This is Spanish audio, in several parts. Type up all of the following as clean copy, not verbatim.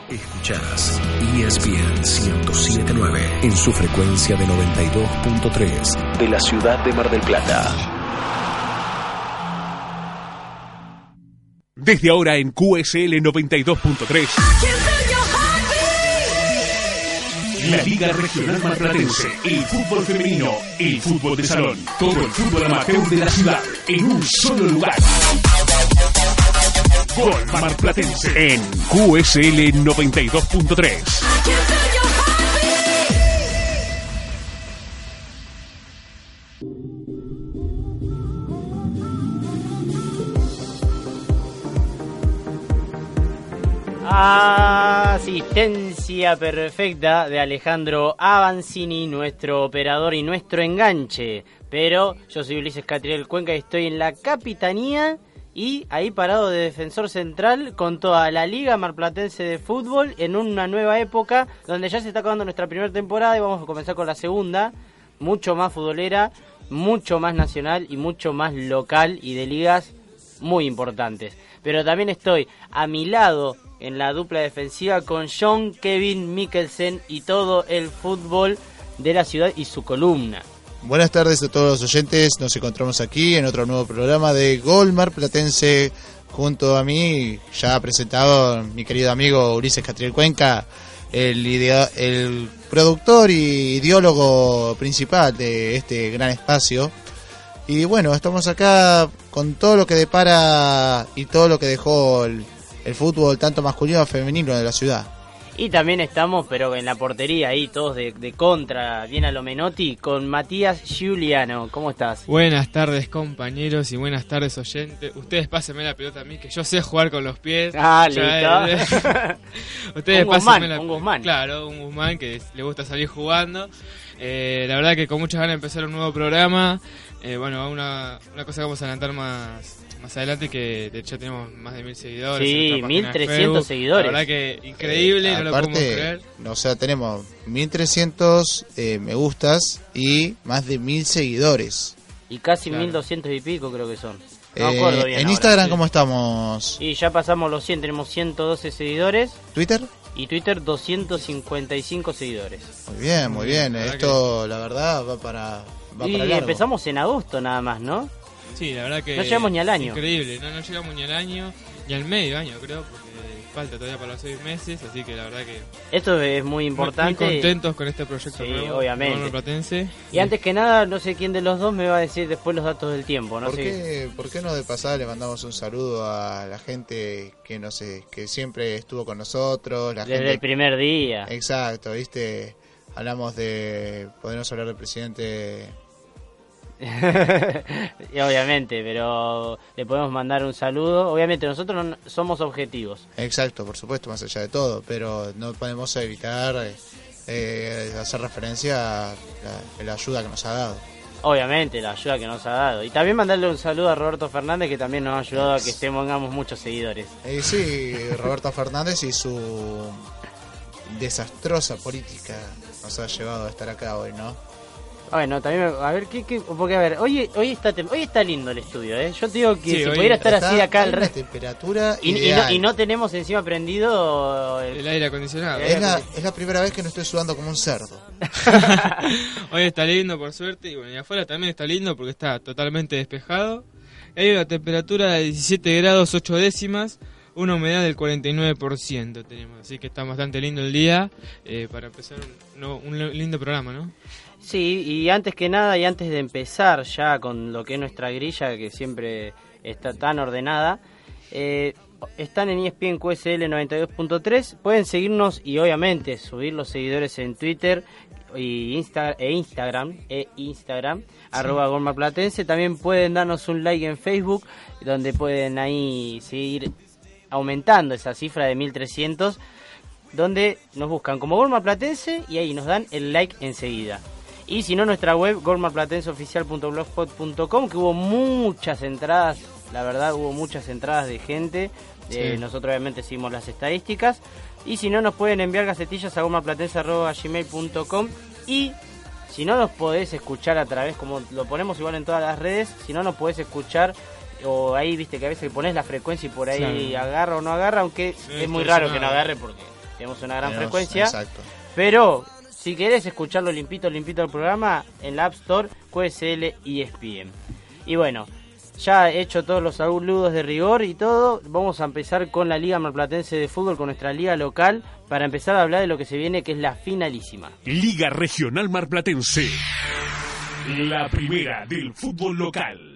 Escuchás ESPN 1079 en su frecuencia de 92.3 de la ciudad de Mar del Plata. Desde ahora en QSL 92.3, la Liga Regional Marplatense, el fútbol femenino, el fútbol de salón, todo el fútbol amateur de la ciudad en un solo lugar. Gol Marplatense en QSL 92.3. Asistencia perfecta de Alejandro Avancini, nuestro operador y nuestro enganche. Pero yo soy Ulises Catriel Cuenca y estoy en la capitanía y ahí parado de defensor central con toda la Liga Marplatense de Fútbol en una nueva época donde ya se está acabando nuestra primera temporada y vamos a comenzar con la segunda, mucho más futbolera, mucho más nacional y mucho más local y de ligas muy importantes. Pero también estoy a mi lado en la dupla defensiva con John Kevin Mikkelsen y todo el fútbol de la ciudad y su columna. Buenas tardes a todos los oyentes, nos encontramos aquí en otro nuevo programa de Gol Marplatense. Junto a mí, ya presentado mi querido amigo Ulises Catriel Cuenca, el productor y ideólogo principal de este gran espacio. Y bueno, estamos acá con todo lo que depara y todo lo que dejó el fútbol tanto masculino como femenino de la ciudad. Y también estamos, pero en la portería ahí, todos de contra, bien a lo Menotti, con Matías Giuliano. ¿Cómo estás? Buenas tardes, compañeros, y buenas tardes, oyentes. Ustedes pásenme la pelota a mí, que yo sé jugar con los pies. Listo. Ustedes pásenme la pelota. Un Guzmán. Claro, un Guzmán que le gusta salir jugando. La verdad que con muchas ganas de empezar un nuevo programa. Bueno, una cosa que vamos a adelantar más adelante, que de hecho tenemos más de 1000 seguidores. Sí, 1300 seguidores. La verdad que increíble, no lo podemos creer. O sea, tenemos 1300 me gustas y más de 1000 seguidores. Y casi 1200 y pico creo que son. No me acuerdo bien. En ahora. Instagram, sí. ¿Cómo estamos? Y ya pasamos los 100, tenemos 112 seguidores. ¿Twitter? Y Twitter 255 seguidores. Muy bien. Esto, la verdad, va para largo. Empezamos en agosto nada más, ¿no? Sí, la verdad que no llegamos ni al año. Increíble, no llegamos ni al año, ni al medio año creo, porque falta todavía para los 6 meses, así que la verdad que... Esto es muy importante. Muy contentos con este proyecto nuevo, obviamente. Platense. Y antes que nada, no sé quién de los dos me va a decir después los datos del tiempo, ¿no? ¿Por qué no de pasada le mandamos un saludo a la gente que siempre estuvo con nosotros? Desde el primer día. Exacto, ¿viste? Podemos hablar del presidente... Y obviamente, pero le podemos mandar un saludo. Obviamente nosotros no somos objetivos. Exacto, por supuesto, más allá de todo, pero no podemos evitar hacer referencia a la ayuda que nos ha dado. Obviamente, la ayuda que nos ha dado. Y también mandarle un saludo a Roberto Fernández, que también nos ha ayudado a que tengamos muchos seguidores. Sí, Roberto Fernández y su desastrosa política nos ha llevado a estar acá hoy, ¿no? Bueno, también, a ver, porque a ver, hoy está lindo el estudio, ¿eh? Yo te digo que si pudiera estar así acá al resto. Temperatura y no tenemos encima prendido el aire acondicionado. Es la primera vez que no estoy sudando como un cerdo. Hoy está lindo, por suerte, y bueno, y afuera también está lindo porque está totalmente despejado. Hay una temperatura de 17 grados 8 décimas, una humedad del 49% tenemos, así que está bastante lindo el día para empezar un lindo programa, ¿no? Sí, y antes que nada y antes de empezar ya con lo que es nuestra grilla, que siempre está tan ordenada, están en ESPN QSL 92.3, pueden seguirnos y obviamente subir los seguidores en Twitter y Instagram, @golmarplatense. También pueden darnos un like en Facebook, donde pueden ahí seguir aumentando esa cifra de 1300, donde nos buscan como Gol Marplatense y ahí nos dan el like enseguida. Y si no, nuestra web, golmarplatenseoficial.blogspot.com, que hubo muchas entradas, la verdad, hubo muchas entradas de gente. Sí. Nosotros obviamente seguimos las estadísticas. Y si no, nos pueden enviar gacetillas a golmarplatense@gmail.com. Y si no nos podés escuchar a través, como lo ponemos igual en todas las redes, si no nos podés escuchar, o ahí viste que a veces pones la frecuencia y por ahí agarra o no agarra, aunque sí, es muy raro que no agarre porque tenemos una gran Tenemos- frecuencia. Exacto. Pero si querés escucharlo limpito el programa, en la App Store, QSL y ESPN. Y bueno, ya he hecho todos los saludos de rigor y todo, vamos a empezar con la Liga Marplatense de Fútbol, con nuestra liga local, para empezar a hablar de lo que se viene, que es la finalísima. Liga Regional Marplatense. La primera del fútbol local.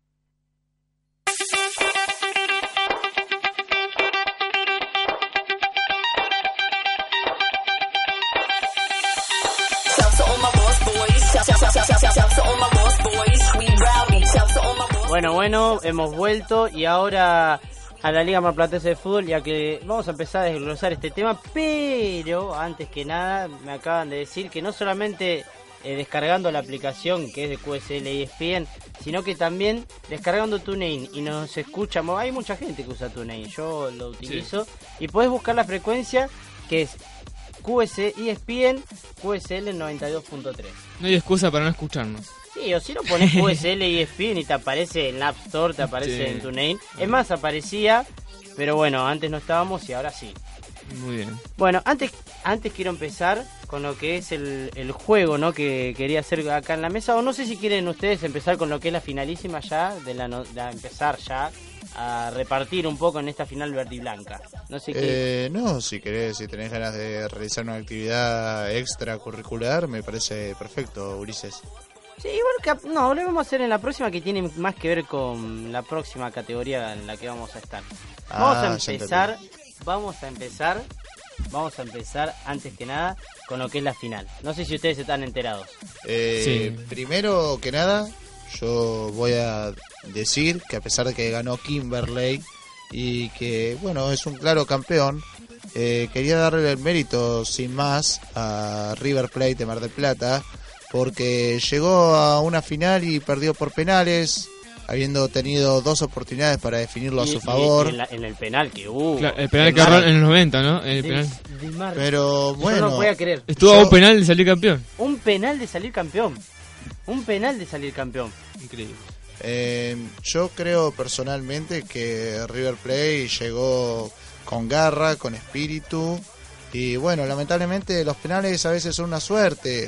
Bueno, hemos vuelto y ahora a la Liga Marplatense de Fútbol, ya que vamos a empezar a desglosar este tema, pero antes que nada me acaban de decir que no solamente descargando la aplicación que es de QSL y ESPN, sino que también descargando TuneIn y nos escuchamos. Hay mucha gente que usa TuneIn, yo lo utilizo, y podés buscar la frecuencia que es QSL y ESPN, QSL 92.3. No hay excusa para no escucharnos. Sí, o si no pones QSL y ESPN y te aparece en la App Store, te aparece Sí. en TuneIn. Es más, aparecía, pero bueno, antes no estábamos y ahora sí. Muy bien. Bueno, antes quiero empezar con lo que es el juego, ¿no? Que quería hacer acá en la mesa. O no sé si quieren ustedes empezar con lo que es la finalísima ya, de empezar ya a repartir un poco en esta final verde y blanca. No sé qué. No, si querés, si tenés ganas de realizar una actividad extracurricular, me parece perfecto, Ulises. Sí, igual que no, lo vamos a hacer en la próxima, que tiene más que ver con la próxima categoría en la que vamos a estar. Vamos a empezar antes que nada con lo que es la final. No sé si ustedes están enterados. Sí. Primero que nada, yo voy a decir que a pesar de que ganó Kimberley y que, bueno, es un claro campeón, quería darle el mérito sin más a River Plate de Mar del Plata, porque llegó a una final y perdió por penales, habiendo tenido 2 oportunidades para definirlo a su favor. En el penal que hubo. Claro, el penal que agarró en los 90, ¿no? El penal. Pero bueno, Yo no podía creer. Estuvo a un penal de salir campeón. Un penal de salir campeón. Increíble. Yo creo personalmente que River Plate llegó con garra, con espíritu, y bueno, lamentablemente los penales a veces son una suerte,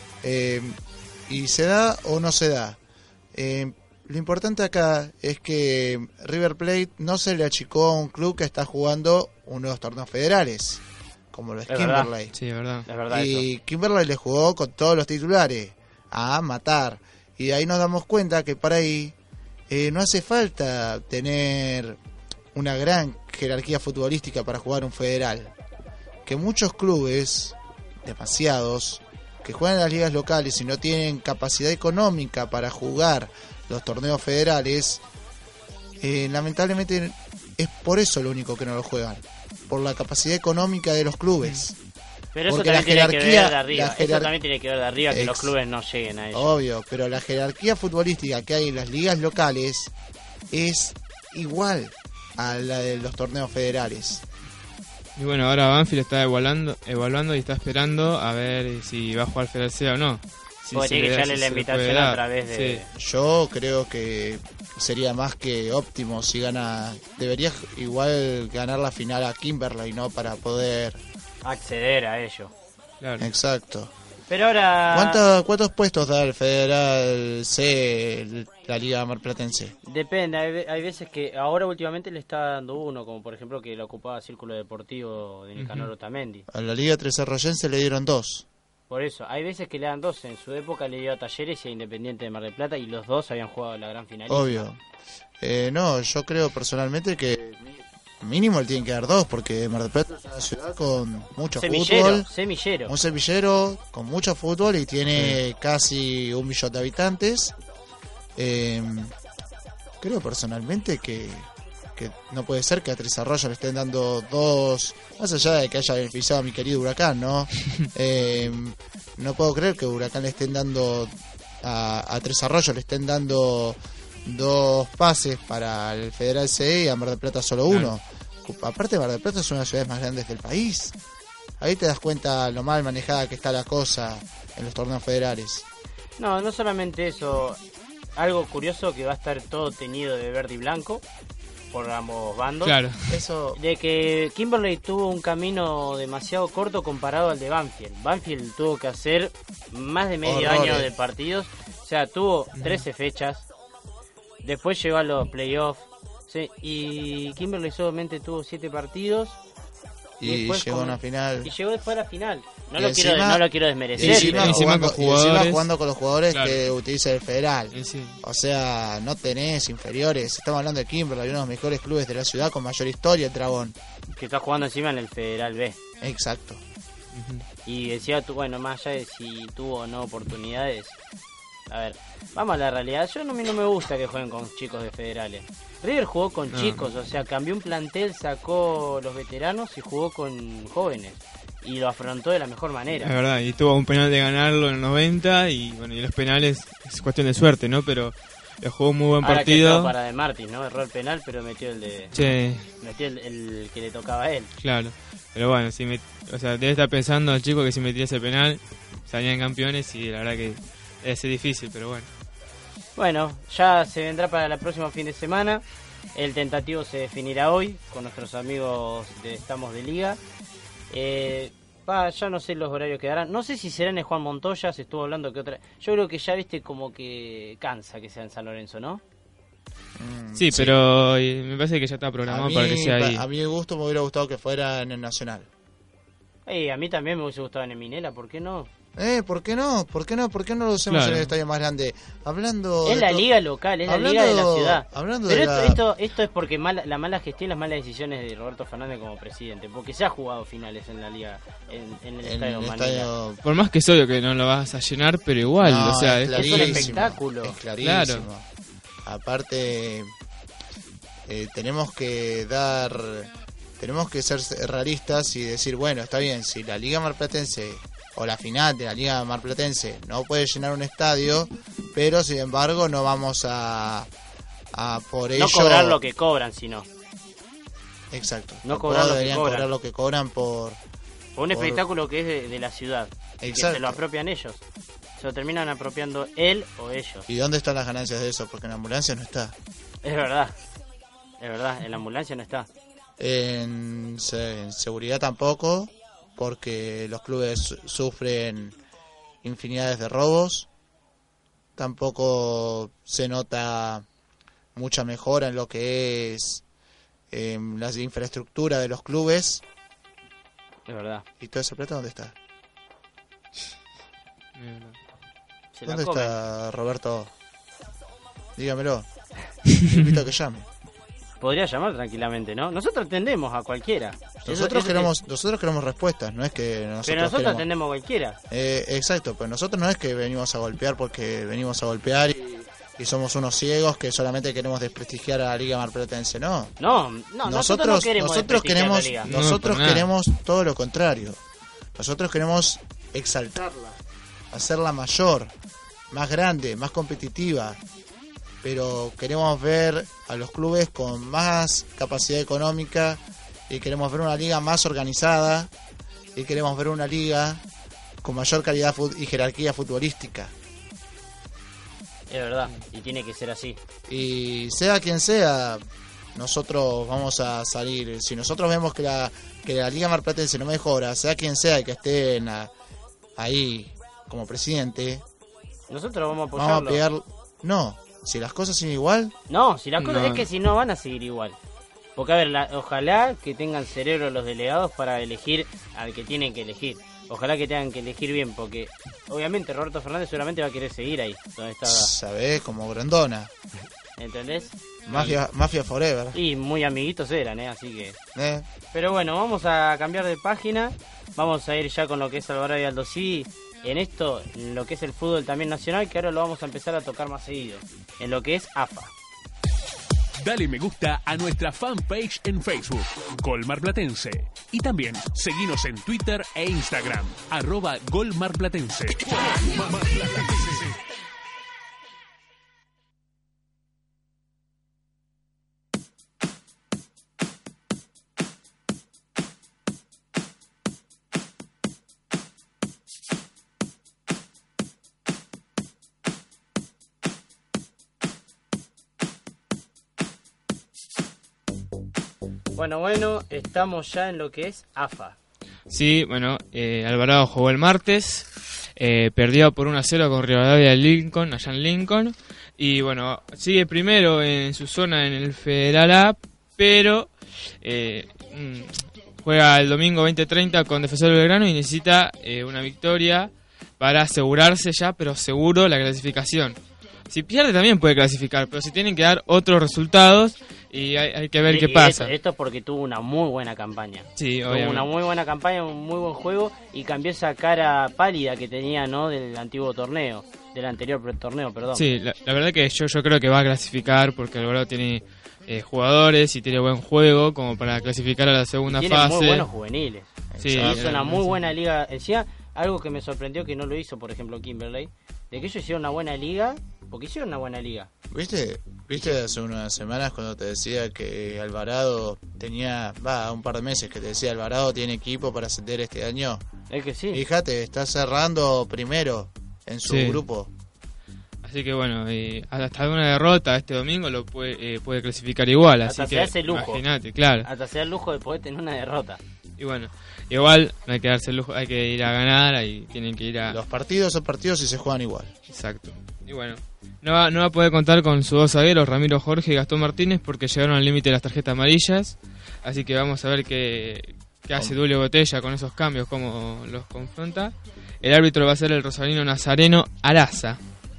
y se da o no se da. Lo importante acá es que River Plate no se le achicó a un club que está jugando unos torneos federales, como lo es Kimberley. Sí, es verdad. Es verdad Y eso. Kimberley le jugó con todos los titulares a matar. Y de ahí nos damos cuenta que para ahí no hace falta tener una gran jerarquía futbolística para jugar un federal. Que muchos clubes, demasiados, que juegan en las ligas locales y no tienen capacidad económica para jugar los torneos federales, lamentablemente es por eso lo único que no lo juegan, por la capacidad económica de los clubes. Pero eso porque también la tiene que ver jerarquía- de arriba. la Eso jerar- también tiene que ver de arriba, que los Ex- clubes no lleguen a ello. Obvio, pero la jerarquía futbolística que hay en las ligas locales es igual a la de los torneos federales. Y bueno, ahora Banfield está evaluando y está esperando a ver si va a jugar Federal C o no. Si Porque se tiene que le da- echarle si la se le invitación puede dar. a través de... Sí. Yo creo que sería más que óptimo si gana. Debería igual ganar la final a Kimberley, ¿no? Para poder. acceder a ello. Claro. Exacto. Pero ahora... ¿Cuántos puestos da el Federal C, la Liga Marplatense? Depende, hay veces que ahora últimamente le está dando uno, como por ejemplo que lo ocupaba Círculo Deportivo de Nicanor Otamendi. A la Liga Tresarroyense le dieron 2. Por eso, hay veces que le dan 2. En su época le dio a Talleres y a Independiente de Mar del Plata y los dos habían jugado la gran final. Obvio. No, yo creo personalmente que mínimo le tienen que dar 2, porque Mar del Plata es una ciudad con mucho fútbol, Semillero. un semillero con mucho fútbol y tiene casi 1 millón de habitantes. Creo personalmente que no puede ser que a Tres Arroyos le estén dando 2, más allá de que haya beneficiado a mi querido Huracán, ¿no? No puedo creer que Huracán le estén dando a Tres Arroyos le estén dando 2 pases para el Federal C y a Mar del Plata solo 1. Aparte, Mar del Plata es una de las ciudades más grandes del país. Ahí te das cuenta lo mal manejada que está la cosa en los torneos federales. No, no solamente eso. Algo curioso que va a estar todo teñido de verde y blanco. por ambos bandos. Claro. Eso, De que Kimberley tuvo un camino demasiado corto comparado al de Banfield. Banfield tuvo que hacer más de medio Horrores. año de partidos. O sea, tuvo 13 fechas. Después llegó a los playoffs. Sí, y Kimberley solamente tuvo 7 partidos. y después llegó a con- una final. Y llegó después a la final. No, Y lo, encima- quiero, no lo quiero Y desmerecer. encima, pero- encima jugando, con y encima jugadores. jugando con los jugadores Claro. que utiliza el federal. Sí. O sea, no tenés inferiores. Estamos hablando de Kimberley, uno de los mejores clubes de la ciudad con mayor historia, el Dragón. que está jugando encima en el Federal B. Exacto. Ujú. Y decía, bueno, más allá de si tuvo o no oportunidades. A ver, vamos a la realidad. A mí no me gusta que jueguen con chicos de federales. River jugó con No. chicos, o sea, cambió un plantel, sacó los veteranos y jugó con jóvenes. Y lo afrontó de la mejor Es manera. verdad, y tuvo un penal de ganarlo en el 90 y bueno, y los penales es cuestión de suerte, ¿no? Pero le jugó un muy buen Ahora que partido. todo para De Martins, ¿no? Erró el penal, pero metió el de Sí, metió el que le tocaba a él. claro. Pero bueno, o sea, debe estar pensando el chico que si metía ese penal salían campeones y la verdad que debe ser difícil, pero bueno. Bueno, ya se vendrá para el próximo fin de semana. El tentativo se definirá hoy con nuestros amigos de Estamos de Liga. Ya no sé los horarios que darán. No sé si será en el Juan Montoya, se estuvo hablando que otra. Yo creo que ya viste como que cansa que sea en San Lorenzo, ¿no? Sí, pero me parece que ya está A programado mí, para que sea ahí. a mí el gusto me hubiera gustado que fuera en el Nacional. A mí también me hubiese gustado en el Minela, ¿por qué no? ¿Por qué no? ¿Por qué no? ¿Por qué no lo hacemos Claro. en el estadio más grande? Hablando Es de la to- liga local, es la hablando- liga de la ciudad. hablando Pero de la- esto es porque la mala gestión y las malas decisiones de Roberto Fernández como presidente. Porque se ha jugado finales en la liga, en el en estadio el Manila. estadio. Por más que es obvio que no lo vas a llenar, pero igual, No, o sea, es un clarísimo, espectáculo. Es clarísimo. Claro. Aparte, tenemos que ser realistas y decir, bueno, está bien, si la Liga Marplatense o la final de la Liga Marplatense no puede llenar un estadio, pero sin embargo no vamos a por ello... No cobrar lo que cobran, sino. Exacto. no Tampoco cobrar lo que deberían cobran. cobrar lo que cobran por... O un Por- espectáculo que es de la ciudad. Que Exacto. se lo apropian ellos. Se lo terminan apropiando él o ellos. ¿Y dónde están las ganancias de eso? Porque en la ambulancia no está. Es verdad. Es verdad, en la ambulancia no está. En seguridad tampoco, porque los clubes sufren infinidades de robos. Tampoco se nota mucha mejora en lo que es la infraestructura de los clubes. Es verdad. ¿Y toda esa plata dónde está? Se la ¿Dónde comen. está Roberto? Dígamelo. Le invito a que llame. Podría llamar tranquilamente, ¿no? Nosotros atendemos a cualquiera. Nosotros Eso- queremos respuestas, no es que nosotros Pero nosotros queremos- atendemos a cualquiera. Exacto, pero nosotros no es que venimos a golpear porque venimos a golpear y somos unos ciegos que solamente queremos desprestigiar a la Liga Marplatense, no. No, nosotros no queremos nosotros desprestigiar la queremos liga. No, nosotros por nada. queremos todo lo contrario. Nosotros queremos exaltarla, hacerla mayor, más grande, más competitiva. Pero queremos ver a los clubes con más capacidad económica y queremos ver una liga más organizada y queremos ver una liga con mayor calidad y jerarquía futbolística. Es verdad, y tiene que ser así. Y sea quien sea, nosotros vamos a salir. Si nosotros vemos que la Liga Marplatense no mejora, sea quien sea el que esté ahí como presidente, Nosotros vamos a vamos a apoyarlo. pegar. No, si las cosas siguen igual, No, si las cosas No. es que si no van a seguir igual. Porque a ver, ojalá que tengan cerebro los delegados para elegir al que tienen que elegir. Ojalá que tengan que elegir bien, porque obviamente Roberto Fernández seguramente va a querer seguir ahí, donde está, sabés, como Grondona. ¿entendés? Mafia Forever. Y muy amiguitos eran, así que... ¿Eh? Pero bueno, vamos a cambiar de página. Vamos a ir ya con lo que es Alvarado y Aldo Civi. En esto, en lo que es el fútbol también nacional, que ahora lo vamos a empezar a tocar más seguido. En lo que es AFA. Dale me gusta a nuestra fanpage en Facebook, Gol Marplatense. Y también seguinos en Twitter e Instagram, @golmarplatense. Bueno, estamos ya en lo que es AFA. Sí, bueno, Alvarado jugó el martes, perdió por 1-0 con Rivadavia Lincoln, allá en Lincoln, y bueno, sigue primero en su zona en el Federal A, pero juega el domingo 20:30 con Defensor Belgrano y necesita una victoria para asegurarse ya, pero seguro, la clasificación. Si pierde también puede clasificar, pero se tienen que dar otros resultados y hay que ver qué pasa. Esto es porque tuvo una muy buena campaña. Sí, tuvo obviamente. una muy buena campaña, un muy buen juego y cambió esa cara pálida que tenía, ¿no? Del antiguo torneo, del anterior torneo, perdón. Sí, la verdad que yo creo que va a clasificar porque Alvarado tiene jugadores y tiene buen juego como para clasificar a la segunda tiene fase. Tiene muy buenos juveniles. Sí, hizo una muy buena liga. Decía algo que me sorprendió que no lo hizo, por ejemplo, Kimberley, de que ellos hicieron una buena liga, porque hicieron una buena liga. ¿Viste hace unas semanas cuando te decía que Alvarado tenía, un par de meses que te decía Alvarado tiene equipo para ascender este año? Es que sí. Fíjate, está cerrando primero en su grupo. Así que bueno, hasta una derrota este domingo lo puede clasificar igual. Hasta así se que hace lujo. Imagínate, claro. Hasta se da el lujo de poder tener una derrota. Y bueno, igual no hay que darse el lujo, hay que ir a ganar, ahí tienen que ir a... Los partidos son partidos y se juegan igual. Exacto. Y bueno, no va a poder contar con sus dos zagueros, Ramiro Jorge y Gastón Martínez, porque llegaron al límite de las tarjetas amarillas. Así que vamos a ver qué hace Dulio Botella con esos cambios, cómo los confronta. El árbitro va a ser el rosarino Nazareno Araza.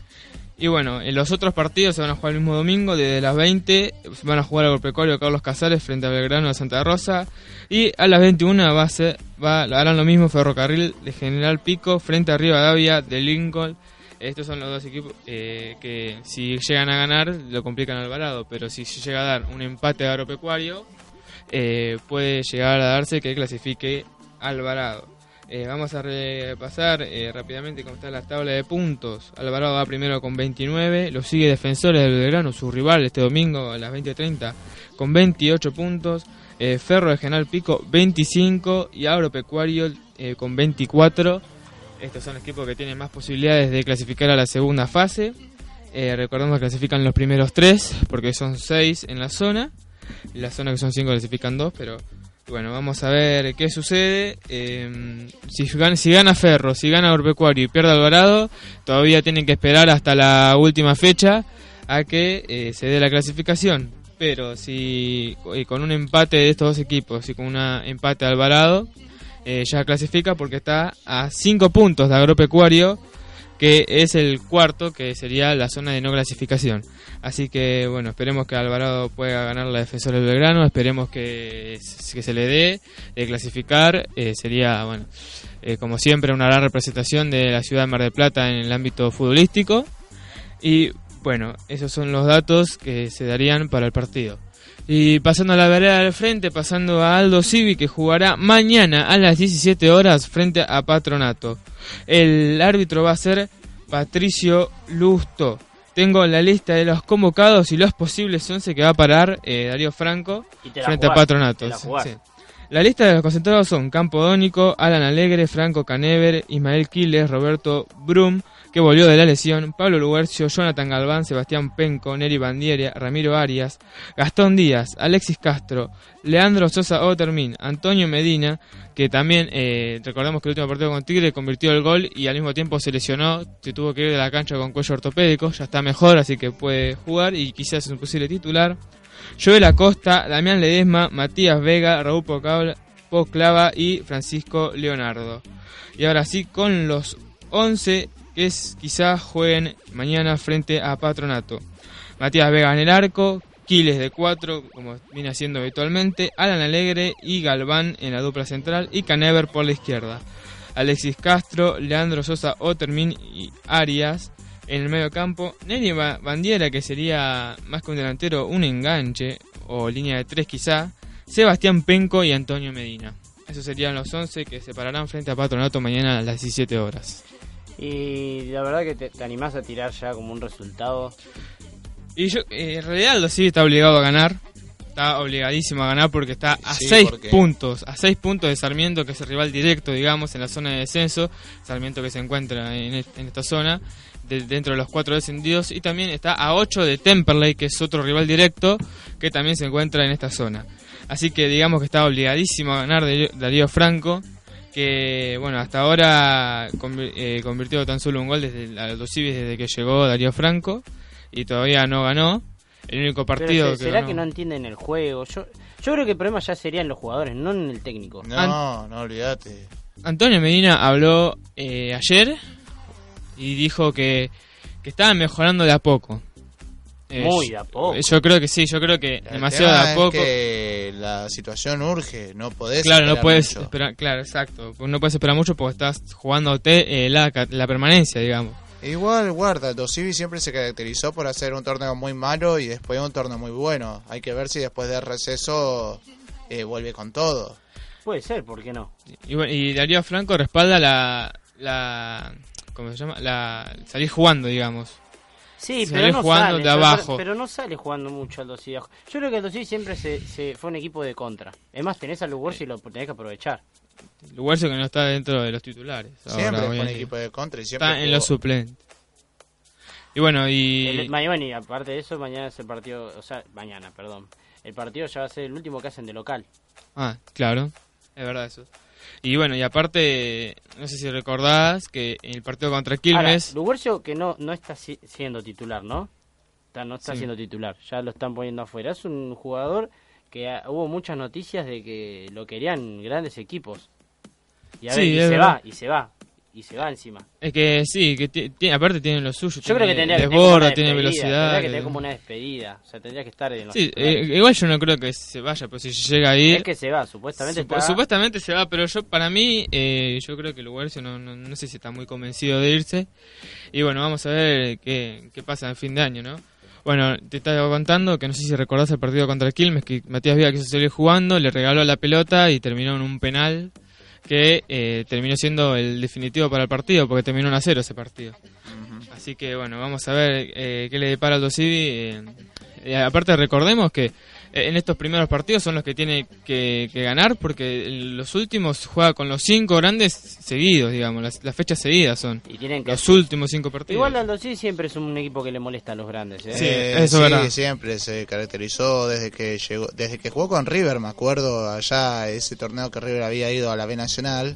Y bueno, en los otros partidos se van a jugar el mismo domingo, desde las 20 van a jugar Agropecuario Carlos Casares frente a Belgrano de Santa Rosa. Y a las 21 harán lo mismo Ferrocarril de General Pico frente a Rivadavia de Lincoln. Estos son los dos equipos que si llegan a ganar lo complican a Alvarado, pero si llega a dar un empate de Agropecuario puede llegar a darse que clasifique Alvarado. Vamos a repasar rápidamente cómo está la tabla de puntos. Alvarado va primero con 29, lo sigue Defensores del Belgrano, su rival este domingo a las 20:30 con 28 puntos. Ferro de General Pico 25 y Agropecuario con 24. Estos son los equipos que tienen más posibilidades de clasificar a la segunda fase. Recordemos que clasifican los primeros 3 porque son 6 en la zona. En la zona que son 5 clasifican 2, pero bueno, vamos a ver qué sucede. Si gana Ferro, si gana Agropecuario y pierde Alvarado, todavía tienen que esperar hasta la última fecha a que se dé la clasificación. Pero si con un empate de estos dos equipos y con un empate de Alvarado, ya clasifica porque está a 5 puntos de Agropecuario, que es el cuarto, que sería la zona de no clasificación. Así que bueno, esperemos que Alvarado pueda ganar la Defensor del Belgrano, esperemos que se le dé de clasificar. Sería, bueno, como siempre, una gran representación de la ciudad de Mar del Plata en el ámbito futbolístico. Y bueno, esos son los datos que se darían para el partido. Y pasando a la vereda del frente, pasando a Aldo Civi, que jugará mañana a las 17 horas frente a Patronato. El árbitro va a ser Patricio Lusto. Tengo la lista de los convocados y los posibles 11 que va a parar Darío Franco frente a Patronato. Sí. La lista de los concentrados son Campodónico, Alan Alegre, Franco Canever, Ismael Quiles, Roberto Brum, que volvió de la lesión, Pablo Luguercio, Jonathan Galván, Sebastián Penco, Neri Bandiera, Ramiro Arias, Gastón Díaz, Alexis Castro, Leandro Sosa Otermin, Antonio Medina, que también, recordemos que el último partido con Tigre convirtió el gol y al mismo tiempo se lesionó, se tuvo que ir de la cancha con cuello ortopédico, ya está mejor, así que puede jugar y quizás es un posible titular. Joel Acosta, Damián Ledesma, Matías Vega, Raúl Poclava y Francisco Leonardo. Y ahora sí, con los 11 que quizás jueguen mañana frente a Patronato. Matías Vega en el arco, Quiles de 4, como viene haciendo habitualmente, Alan Alegre y Galván en la dupla central y Canever por la izquierda. Alexis Castro, Leandro Sosa Otermin y Arias en el medio campo. Neri Bandiera, que sería más que un delantero, un enganche o línea de 3 quizá. Sebastián Penco y Antonio Medina. Esos serían los 11 que se pararán frente a Patronato mañana a las 17 horas. Y la verdad que te animás a tirar ya como un resultado. Y yo, en realidad, Aldo Civi está obligado a ganar. Está obligadísimo a ganar porque está a 6 puntos. A 6 puntos de Sarmiento, que es el rival directo, digamos, en la zona de descenso. Sarmiento que se encuentra en esta zona, dentro de los 4 descendidos. Y también está a 8 de Temperley, que es otro rival directo, que también se encuentra en esta zona. Así que digamos que está obligadísimo a ganar Darío Franco, que bueno, hasta ahora convirtió tan solo un gol desde Aldo Civi desde que llegó Darío Franco y todavía no ganó. El único partido pero ¿será que que no entienden el juego? Yo creo que el problema ya sería en los jugadores, no en el técnico. No, olvídate. Antonio Medina habló ayer y dijo que estaban mejorando de a poco. Muy de a poco. Yo creo que sí, yo creo que El demasiado tema de a poco. Es que la situación urge, no podés Claro, esperar no puedes mucho. esperar, claro, exacto. No puedes esperar mucho porque estás jugándote la permanencia, digamos. Igual, guarda, Dosivi siempre se caracterizó por hacer un torneo muy malo y después un torneo muy bueno. Hay que ver si después del receso vuelve con todo. Puede ser, ¿por qué no? Y Darío Franco respalda la ¿cómo se llama? Salir jugando, digamos. Sí, Salir pero no jugando sale, de abajo. pero no sale jugando mucho Aldo Civi. Yo creo que Aldo Civi siempre se fue un equipo de contra. Es más, tenés a Lugosi y lo tenés que aprovechar. Lugarcio que no está dentro de los titulares. Siempre ahora, fue un obviamente. equipo de contra y siempre Está en jugó. los suplentes. Y bueno, y Bueno, y aparte de eso, mañana es el partido, el partido ya va a ser el último que hacen de local. claro, es verdad eso. Y bueno, y aparte, no sé si recordás que en el partido contra Quilmes... Lugosi que no está siendo titular, ¿no? No está Sí. siendo titular, ya lo están poniendo afuera. Es un jugador que hubo muchas noticias de que lo querían grandes equipos. Y a ver, Sí, y es se va encima. Es que sí, que aparte tienen lo suyo. Yo creo que tendría que tener desborda, como una tiene despedida, velocidad. tendría que tener como una despedida. O sea, tendría que estar en los Sí, titulares. igual yo no creo que se vaya, pero si llega a ir... Es que se va, supuestamente Supuestamente se va, pero para mí, yo creo que Lugarcio no sé si está muy convencido de irse. Y bueno, vamos a ver qué pasa en fin de año, ¿no? Bueno, te estaba contando que no sé si recordás el partido contra Quilmes, que Matías Villa quiso salir jugando, le regaló la pelota y terminó en un penal que terminó siendo el definitivo para el partido, porque terminó 1-0 ese partido. Así que bueno, vamos a ver qué le depara Aldo Civi. Aparte recordemos que en estos primeros partidos son los que tiene que ganar, porque los últimos juega con los 5 grandes seguidos, digamos, las fechas seguidas son y tienen que los últimos 5 partidos. Igual Aldo Civi siempre es un equipo que le molesta a los grandes, ¿eh? Sí, eso es verdad. Siempre se caracterizó desde que jugó con River, me acuerdo allá ese torneo que River había ido a la B Nacional,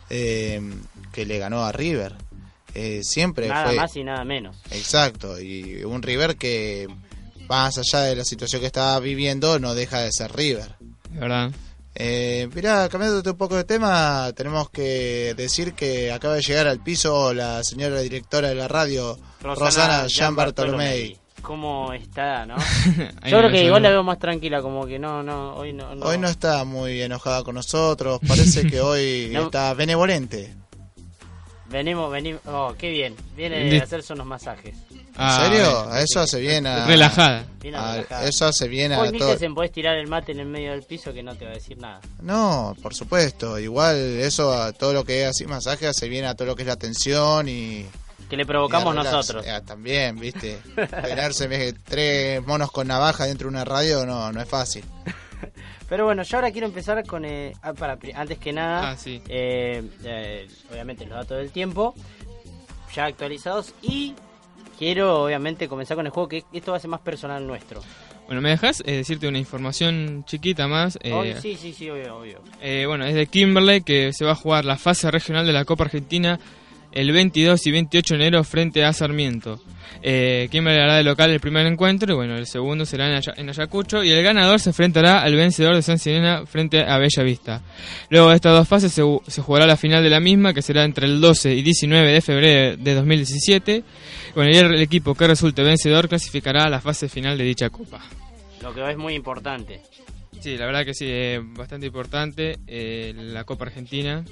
que le ganó a River. Siempre Nada fue más y nada menos. exacto, y un River que más allá de la situación que estaba viviendo no deja de ser River. ¿Verdad? Mirá, cambiándote un poco de tema, tenemos que decir que acaba de llegar al piso la señora directora de la radio, Rosana Jean Bartolomei. ¿Cómo está, no? Ahí Yo creo no, que yo igual no. la veo más tranquila, como que hoy no. Hoy no está muy enojada con nosotros, parece que hoy No. está benevolente. Venimos, oh, qué bien. Viene Di- a hacerse unos masajes. ¿En serio? bueno. A eso hace bien a... Relajada. Viene a- relajada. eso hace bien a Hoy todo. se podés tirar el mate en el medio del piso que no te va a decir nada. No, por supuesto, igual eso a todo lo que es así masaje hace bien a todo lo que es la tensión y... Que le provocamos y a relax. nosotros. También, viste, tenerse 3 monos con navaja dentro de una radio no es fácil. Pero bueno, yo ahora quiero empezar con... antes que nada, Sí. obviamente los datos del tiempo, ya actualizados, y quiero obviamente comenzar con el juego, que esto va a ser más personal nuestro. Bueno, ¿me dejas decirte una información chiquita más? Sí, obvio. Bueno, es de Kimberley, que se va a jugar la fase regional de la Copa Argentina el 22 y 28 de enero frente a Sarmiento. Kimberley hará de local el primer encuentro y bueno, el segundo será en Ayacucho, y el ganador se enfrentará al vencedor de San Sirena frente a Bella Vista. Luego de estas dos fases se jugará la final de la misma, que será entre el 12 y 19 de febrero de 2017. Bueno, y el equipo que resulte vencedor clasificará a la fase final de dicha copa. Lo que es muy importante. Sí, la verdad que sí, es bastante importante la Copa Argentina,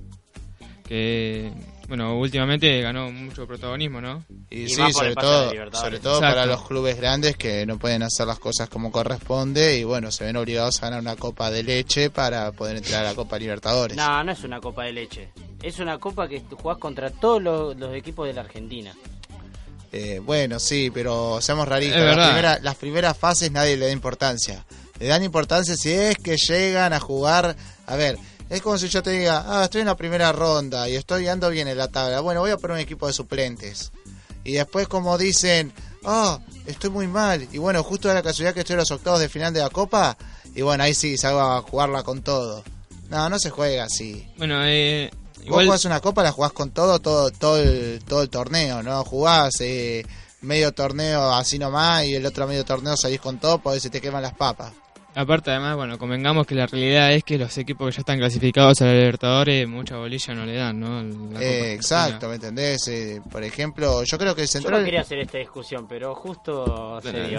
que bueno, últimamente ganó mucho protagonismo, ¿no? Y Y sí, más por el pase de Libertadores. sobre todo Exacto. para los clubes grandes que no pueden hacer las cosas como corresponde y bueno, se ven obligados a ganar una copa de leche para poder entrar a la Copa Libertadores. No es una copa de leche. Es una copa que jugás contra todos los equipos de la Argentina. Bueno, sí, pero seamos realistas. Es verdad. Las primeras fases nadie le da importancia. Le dan importancia si es que llegan a jugar. A ver, es como si yo te diga, estoy en la primera ronda y ando bien en la tabla. Bueno, voy a poner un equipo de suplentes. Y después como dicen, estoy muy mal. Y bueno, justo da la casualidad que estoy en los octavos de final de la Copa y bueno, ahí sí se va a jugarla con todo. No se juega así. Bueno, Vos igual jugás una copa, la jugás con todo el torneo, ¿no? Jugás medio torneo así nomás y el otro medio torneo salís con todo, porque se te queman las papas. aparte además, bueno, convengamos que la realidad es que los equipos que ya están clasificados a la Libertadores mucha bolilla no le dan, ¿no? Exacto, ¿me entendés? Por ejemplo, yo creo que el Yo Central... no quería hacer esta discusión, pero justo se dio.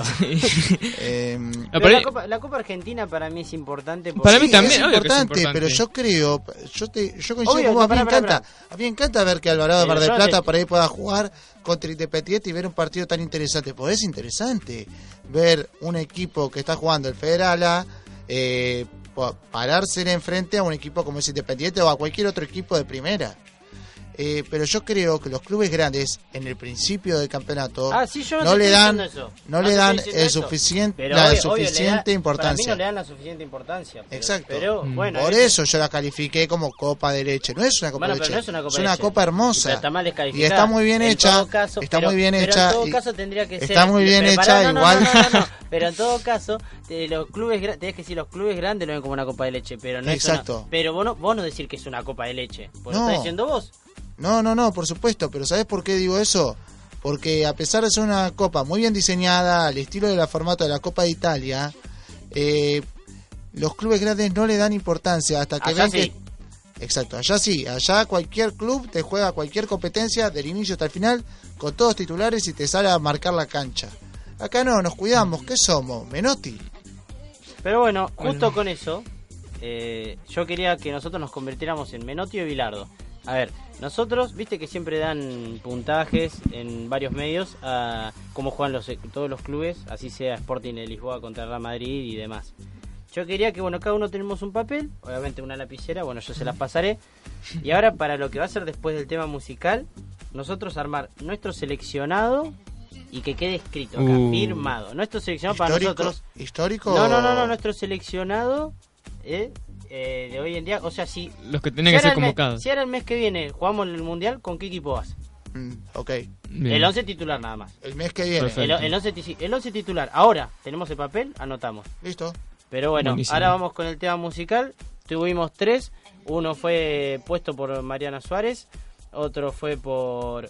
No, Pero pero- la Copa Argentina para mí es importante. Para mí Sí, también, es obvio que es importante, importante. pero yo creo, yo coincido Obvio, con vos, pará, a mí me encanta ver que Alvarado de Pero Mar del yo Plata te- por ahí pueda jugar contra Independiente y ver un partido tan interesante, pues es interesante ver un equipo que está jugando el Federal A, parársele enfrente a un equipo como es Independiente o a cualquier otro equipo de primera. Pero yo creo que los clubes grandes en el principio del campeonato Ah, sí, yo no te le estoy dan diciendo eso. no te le estoy dan diciendo el eso. suficiente Pero la obvio, le suficiente da- importancia. Para mí no le dan la suficiente importancia. Exacto. Pero bueno, Por eso yo la califiqué como copa de leche. No es una copa Bueno, de pero leche, no es una copa es de una leche. copa hermosa. Pero está mal Y descalificada. está muy bien En hecha. todo caso, Está pero- muy bien pero hecha. en todo y caso tendría que ser. está muy bien pero hecha, pará, no, igual. No. Pero en todo caso, los clubes tenés que decir los clubes grandes lo ven como una copa de leche, pero no Exacto. es una, pero vos no decir que es una copa de leche, porque lo No. estás diciendo vos. No, por supuesto. Pero ¿sabés por qué digo eso? Porque a pesar de ser una copa muy bien diseñada, al estilo del formato de la Copa de Italia, los clubes grandes no le dan importancia hasta que Allá ven sí. que... Exacto, allá sí. Allá cualquier club te juega cualquier competencia del inicio hasta el final con todos titulares y te sale a marcar la cancha. Acá no, nos cuidamos. ¿Qué somos? ¿Menotti? Pero bueno, justo con eso, yo quería que nosotros nos convirtiéramos en Menotti o Bilardo. A ver, nosotros, viste que siempre dan puntajes en varios medios a cómo juegan todos los clubes, así sea Sporting de Lisboa contra Real Madrid y demás. Yo quería que, bueno, cada uno tenemos un papel, obviamente una lapicera, bueno, yo se las pasaré. Y ahora para lo que va a ser después del tema musical, nosotros armar nuestro seleccionado y que quede escrito acá, firmado. Nuestro seleccionado para nosotros. ¿Histórico? No, nuestro seleccionado de hoy en día, o sea, si... Los que tienen que ser ahora convocados. si ahora el mes que viene jugamos el Mundial, ¿con qué equipo vas? Ok. Bien. El 11 titular nada más. El mes que viene. Perfecto. El 11 titular. Ahora, tenemos el papel, anotamos. Listo. Pero bueno, Buenísimo. ahora vamos con el tema musical. Tuvimos 3. Uno fue puesto por Mariana Suárez. Otro fue por...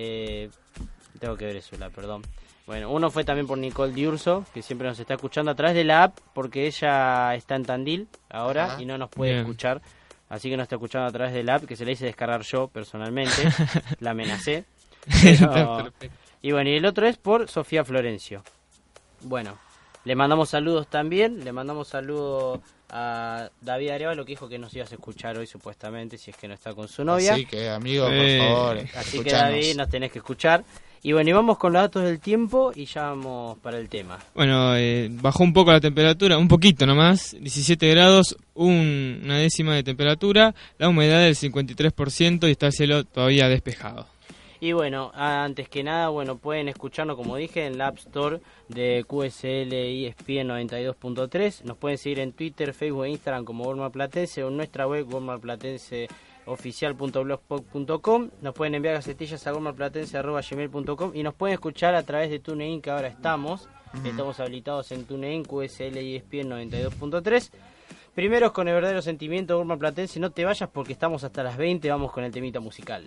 tengo que ver eso, perdón. Bueno, uno fue también por Nicole Diurso, que siempre nos está escuchando a través de la app, porque ella está en Tandil ahora Ajá. y no nos puede Bien. escuchar. Así que nos está escuchando a través de la app, que se la hice descargar yo personalmente. La amenacé. Está Pero- perfecto. y bueno, y el otro es por Sofía Florencio. Bueno, le mandamos saludos también. Le mandamos saludos a David Arevalo, que dijo que nos ibas a escuchar hoy supuestamente, si es que no está con su novia. Así que, amigo, por Eh, favor, Así que escuchanos. David, nos tenés que escuchar. Y bueno, y vamos con los datos del tiempo y ya vamos para el tema. Bueno, bajó un poco la temperatura, un poquito nomás, 17 grados, una décima de temperatura, la humedad del 53% y está el cielo todavía despejado. Y bueno, antes que nada, bueno, pueden escucharnos, como dije, en la App Store de QSL y ESPN 92.3. Nos pueden seguir en Twitter, Facebook e Instagram como Gol Marplatense o en nuestra web golmarplatenseoficial.blogspot.com. Nos pueden enviar gacetillas a golmarplatense@gmail.com y nos pueden escuchar a través de TuneIn, que ahora estamos. Estamos habilitados en TuneIn, QSL y ESPN 92.3. Primeros con el verdadero sentimiento, Gol Marplatense. No te vayas porque estamos hasta las 20. Vamos con el temita musical.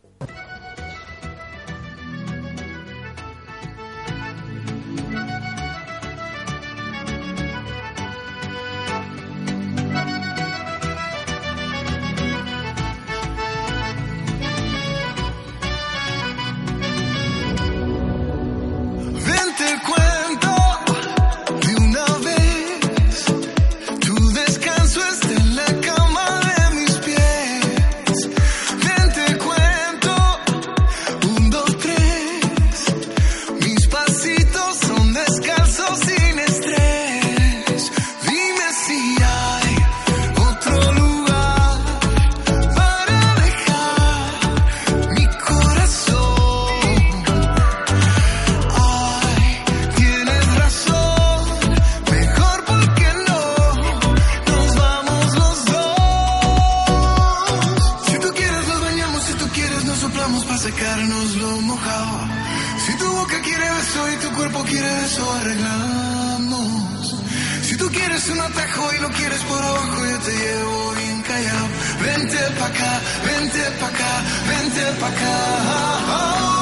Ven, te cuento de una vez, tu descanso está en la cama de mis pies. Ven, te cuento, 1, 2, 3, mis pasitos son descalzos sin estrés. Dime si hay otro lugar para dejar mi corazón. Tienes razón, mejor porque no nos vamos los dos. Si tú quieres nos bañamos, si tú quieres nos soplamos para secarnos lo mojado. Si tu boca quiere beso y tu cuerpo quiere beso, arreglamos. Si tú quieres un atajo y lo quieres por abajo, yo te llevo bien callado. Vente pa' acá, vente pa' acá, vente pa' acá.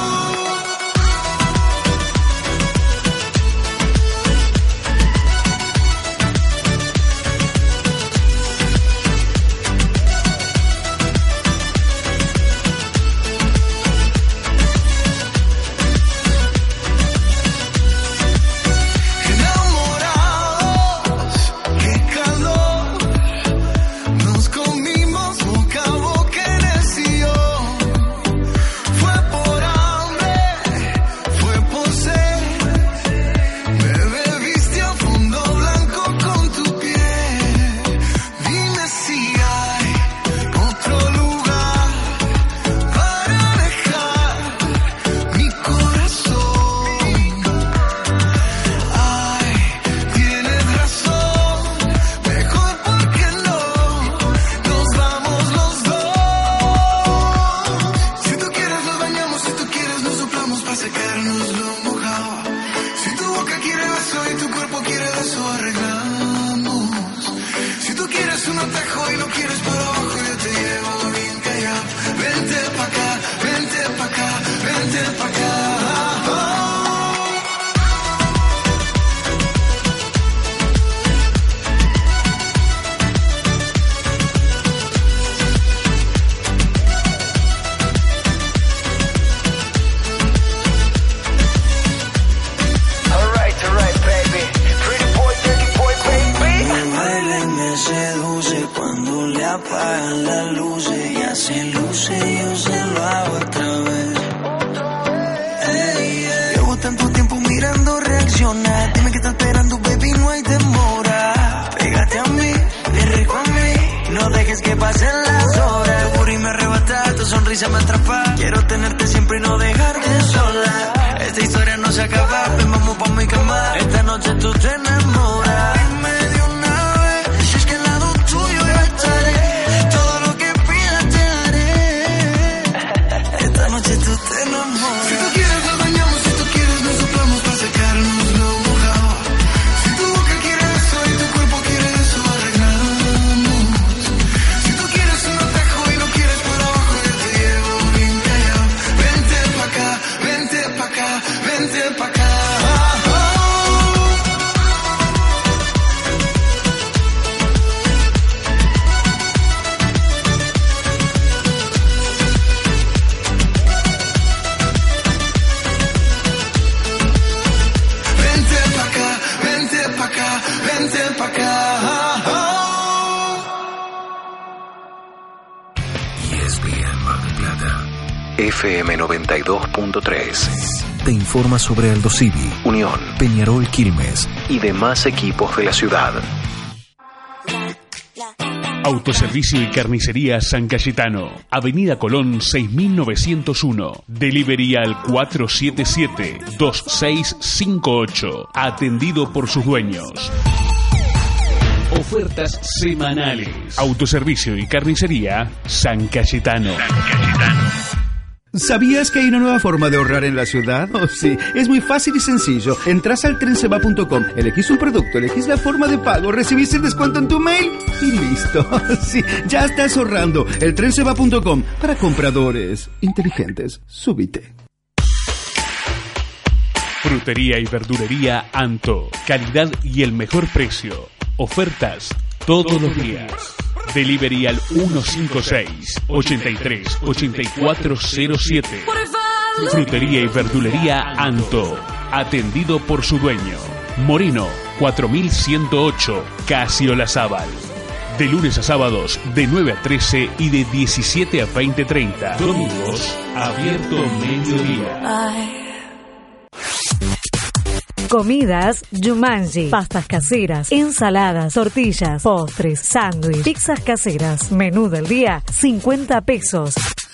FM 92.3 te informa sobre Aldo Civi, Unión, Peñarol Quilmes y demás equipos de la ciudad. Autoservicio y carnicería San Cayetano, Avenida Colón 6901, delivery al 477-2658, atendido por sus dueños. Ofertas semanales. Autoservicio y carnicería San Cayetano. ¿Sabías que hay una nueva forma de ahorrar en la ciudad? Oh, sí, es muy fácil y sencillo. Entras al trenseba.com, elegís un producto, elegís la forma de pago, recibís el descuento en tu mail y listo. Sí, ya estás ahorrando. El trenseba.com para compradores inteligentes. Súbite. Frutería y verdulería Anto. Calidad y el mejor precio. Ofertas todos los días. Delivery al 156-83-8407. Frutería y verdulería Anto. Atendido por su dueño. Moreno 4108, Casi Olazábal. De lunes a sábados de 9 a 13 y de 17 a 20:30. Domingos abierto mediodía. Comidas Jumanji, pastas caseras, ensaladas, tortillas, postres, sándwich, pizzas caseras. Menú del día, 50 pesos.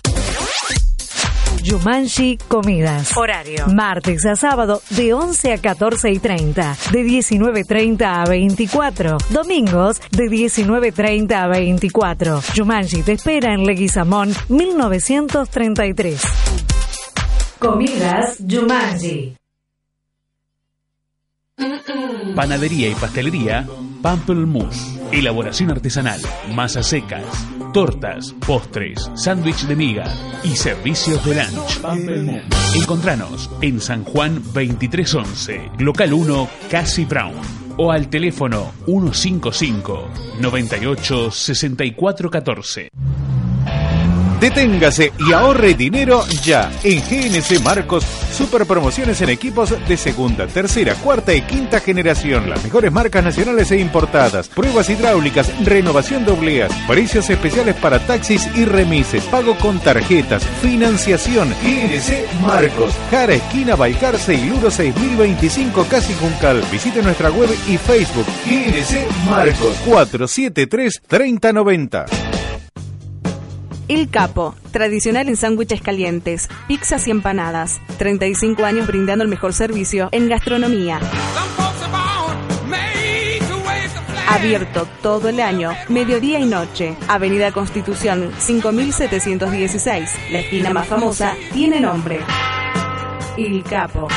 Jumanji Comidas. Horario: martes a sábado de 11 a 14:30, de 19:30 a 24. Domingos de 19:30 a 24. Jumanji te espera en Leguizamón 1933. Comidas Jumanji. Panadería y pastelería Pamplemousse, elaboración artesanal, masas secas, tortas, postres, sándwich de miga y servicios de lunch. Pamplemousse. Encontranos en San Juan 2311, local 1, Cassie Brown, o al teléfono 155 98 64 14. Deténgase y ahorre dinero ya. En GNC Marcos, super promociones en equipos de segunda, tercera, cuarta y quinta generación. Las mejores marcas nacionales e importadas. Pruebas hidráulicas, renovación de obleas, precios especiales para taxis y remises, pago con tarjetas, financiación. GNC Marcos, Jara, esquina Balcarce y Luro 6025, Casi Juncal. Visite nuestra web y Facebook. GNC Marcos, 473-3090. El Capo, tradicional en sándwiches calientes, pizzas y empanadas. 35 años brindando el mejor servicio en gastronomía. Abierto todo el año, mediodía y noche. Avenida Constitución 5716. La esquina más famosa tiene nombre. El Capo.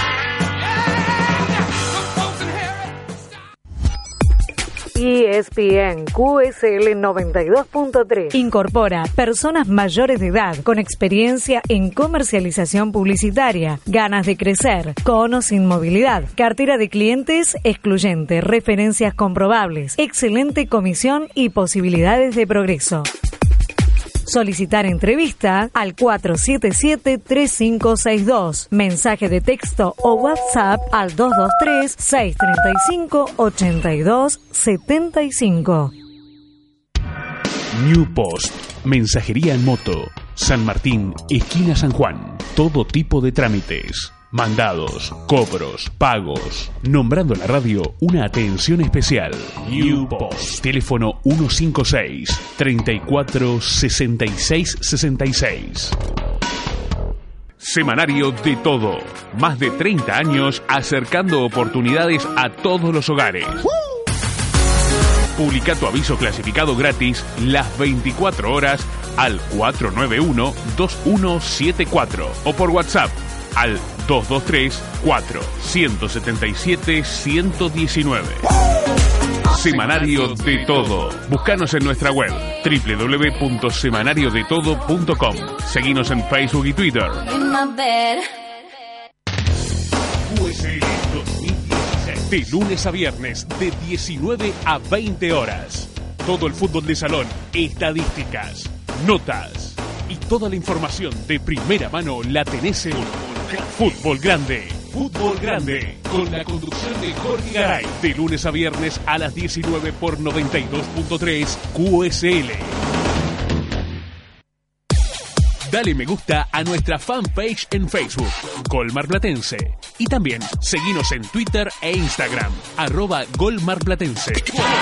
ESPN QSL 92.3 incorpora personas mayores de edad con experiencia en comercialización publicitaria, ganas de crecer, conos sin movilidad, cartera de clientes excluyente, referencias comprobables, excelente comisión y posibilidades de progreso. Solicitar entrevista al 477-3562. Mensaje de texto o WhatsApp al 223-635-8275. New Post, mensajería en moto, San Martín, esquina San Juan. Todo tipo de trámites, mandados, cobros, pagos. Nombrando la radio una atención especial. New Post. Teléfono 156-346666. Semanario de Todo. Más de 30 años acercando oportunidades a todos los hogares. Publica tu aviso clasificado gratis las 24 horas al 491-2174 o por WhatsApp al 223-477-119. Semanario de Todo. Búscanos en nuestra web www.semanariodetodo.com. Seguinos en Facebook y Twitter. De lunes a viernes, de 19 a 20 horas. Todo el fútbol de salón, estadísticas, notas y toda la información de primera mano la tenés en Fútbol Grande. Fútbol Grande, con la conducción de Jorge Garay. De lunes a viernes a las 19 por 92.3 QSL. Dale me gusta a nuestra fanpage en Facebook, Golmarplatense. Y también seguinos en Twitter e Instagram, @Golmarplatense.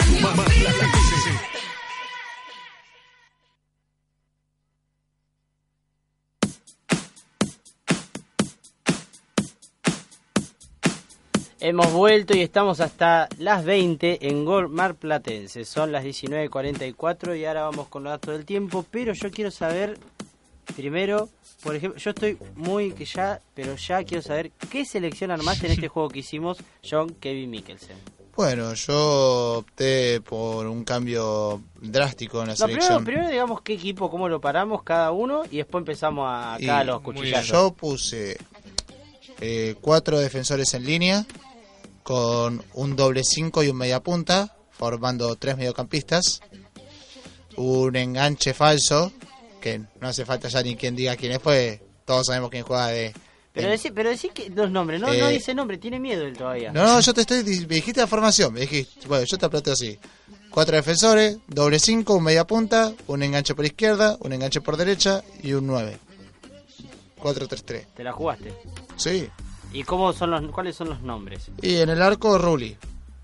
Hemos vuelto y estamos hasta las 20 en Golmarplatense. Son las 19:44 y ahora vamos con los datos del tiempo. Pero yo quiero saber, primero, por ejemplo, yo estoy muy que ya, pero ya quiero saber qué selección armaste en este juego que hicimos, John Kevin Mikkelsen. Bueno, yo opté por un cambio drástico en la selección. Primero digamos qué equipo, cómo lo paramos cada uno y después empezamos acá a los cuchillazos. Yo puse 4 defensores en línea con un doble 5 y un media punta, formando 3 mediocampistas, un enganche falso, que no hace falta ya ni quien diga quién es, pues todos sabemos quién juega de... Pero decí que los nombres, no dice nombre, tiene miedo él todavía. No, yo me dijiste la formación, me dijiste, bueno, yo te planteo así: 4 defensores, doble 5, un media punta, un enganche por izquierda, un enganche por derecha y un 9. 4-3-3. ¿Te la jugaste? Sí. ¿Y cuáles son los nombres? Y en el arco, Rulli.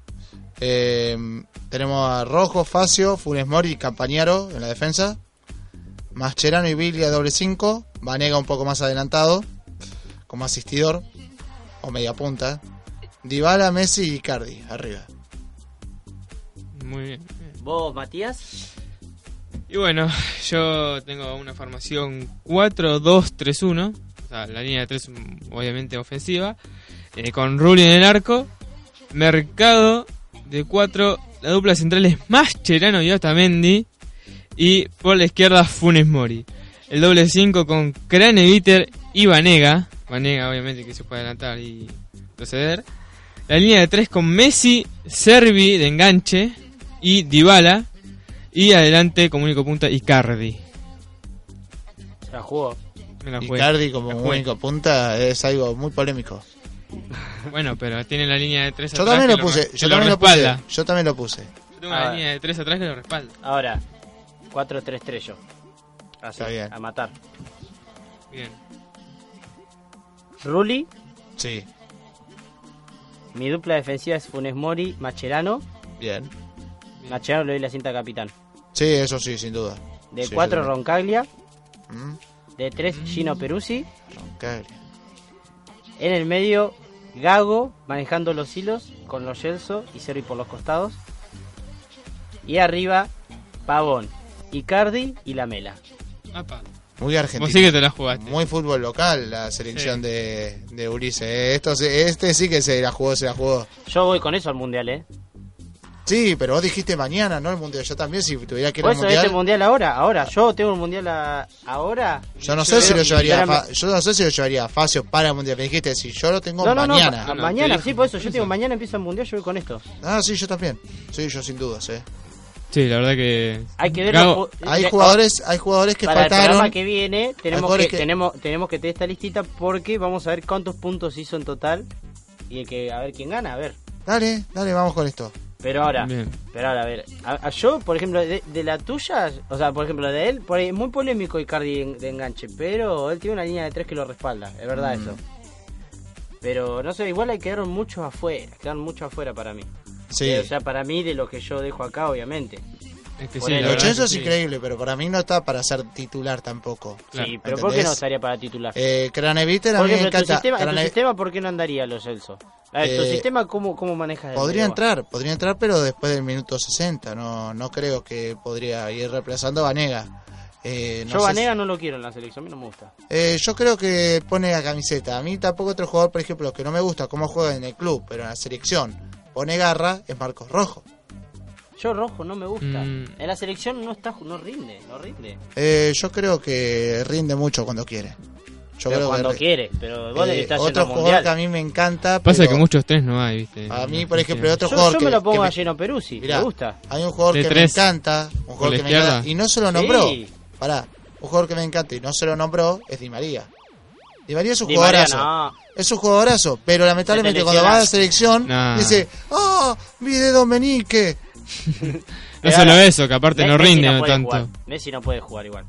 Tenemos a Rojo, Facio, Funes Mori y Campañaro en la defensa. Mascherano y Billy a doble 5. Vanega un poco más adelantado, como asistidor o media punta. Dybala, Messi y Icardi arriba. Muy bien. ¿Vos, Matías? Y bueno, yo tengo una formación 4-2-3-1. O sea, la línea de 3 obviamente ofensiva. Con Rulli en el arco. Mercado de 4 la dupla central es Mascherano y Otamendi. Y por la izquierda, Funes Mori. El doble 5 con Craneviter y Vanega. Vanega, obviamente, que se puede adelantar y proceder. La línea de 3 con Messi, Servi de enganche y Dybala. Y adelante, como único punta, Icardi. Se la jugó. Me la jugué. Icardi como único punta es algo muy polémico. Bueno, pero tiene la línea de 3 Yo atrás. también lo puse. Yo también lo puse. Yo tengo una línea de 3 atrás que lo respalda. Ahora, 4-3-3 yo. Así, Está bien. a matar. Bien. Rulli. Sí. Mi dupla defensiva es Funes Mori, Mascherano. Bien. Mascherano le doy la cinta de capitán. Sí, eso sí, sin duda. De Sí, 4 sí. Roncaglia. Mm, De 3 Gino Peruzzi. Roncaglia. En el medio, Gago manejando los hilos con los Gelso y Servi por los costados. Y arriba, Pavón, Icardi y Lamela. Apa. Muy argentino. Vos sí que te la jugaste. Muy fútbol local la selección de Ulises. Este sí que se la jugó. Yo voy con eso al mundial, Sí, pero vos dijiste mañana, ¿no? El mundial. Yo también, si tuviera que ir Por al eso mundial. este mundial ahora. Yo tengo el mundial ahora. Yo no sé si lo llevaría a Facio para el mundial. Me dijiste, si yo lo tengo mañana. No, mañana, sí, por eso yo digo, mañana empieza el mundial, yo voy con esto. Ah, sí, yo también. Sí, yo sin dudas, Sí, la verdad que... Hay que ver hay jugadores que para faltaron. el programa que viene tenemos que tener esta listita porque vamos a ver cuántos puntos hizo en total y a ver quién gana, a ver. Dale, vamos con esto. Pero ahora, a ver, yo, por ejemplo, de la tuya, o sea, por ejemplo, de él, por ahí, muy polémico Icardi de enganche, pero él tiene una línea de 3 que lo respalda, es verdad eso. Pero, no sé, igual quedaron muchos afuera para mí. Sí. O sea, para mí, de lo que yo dejo acá, obviamente. Es que Lo Chenzo es increíble, pero para mí no está para ser titular tampoco. Sí, pero ¿por qué no estaría para titular? Craneviter a mí me encanta. ¿En tu sistema por qué no andaría los Celso? A ver, ¿tu sistema cómo manejas? Podría entrar, pero después del minuto 60. No creo que podría ir reemplazando a Vanega. Vanega no lo quiero en la selección, a mí no me gusta. Yo creo que pone la camiseta. A mí tampoco otro jugador, por ejemplo, que no me gusta cómo juega en el club, pero en la selección pone garra, es Marcos Rojo. Yo Rojo no me gusta. En la selección no rinde. Yo creo que rinde mucho cuando quiere. Quiere, pero vos le estás otro jugador que a mí me encanta. Pasa que muchos 3 no hay, ¿viste? A mí, por ejemplo, otro jugador yo me lo pongo a Gino Peruzzi, me gusta. Hay un jugador que me encanta, y no se lo nombró. Sí. Un jugador que me encanta y no se lo nombró es Di María. Di María es un jugadorazo. Es un jugadorazo, pero lamentablemente cuando va a la selección dice, vi de Domenique. No solo eso, que aparte no rinde tanto. Jugar. Messi no puede jugar igual.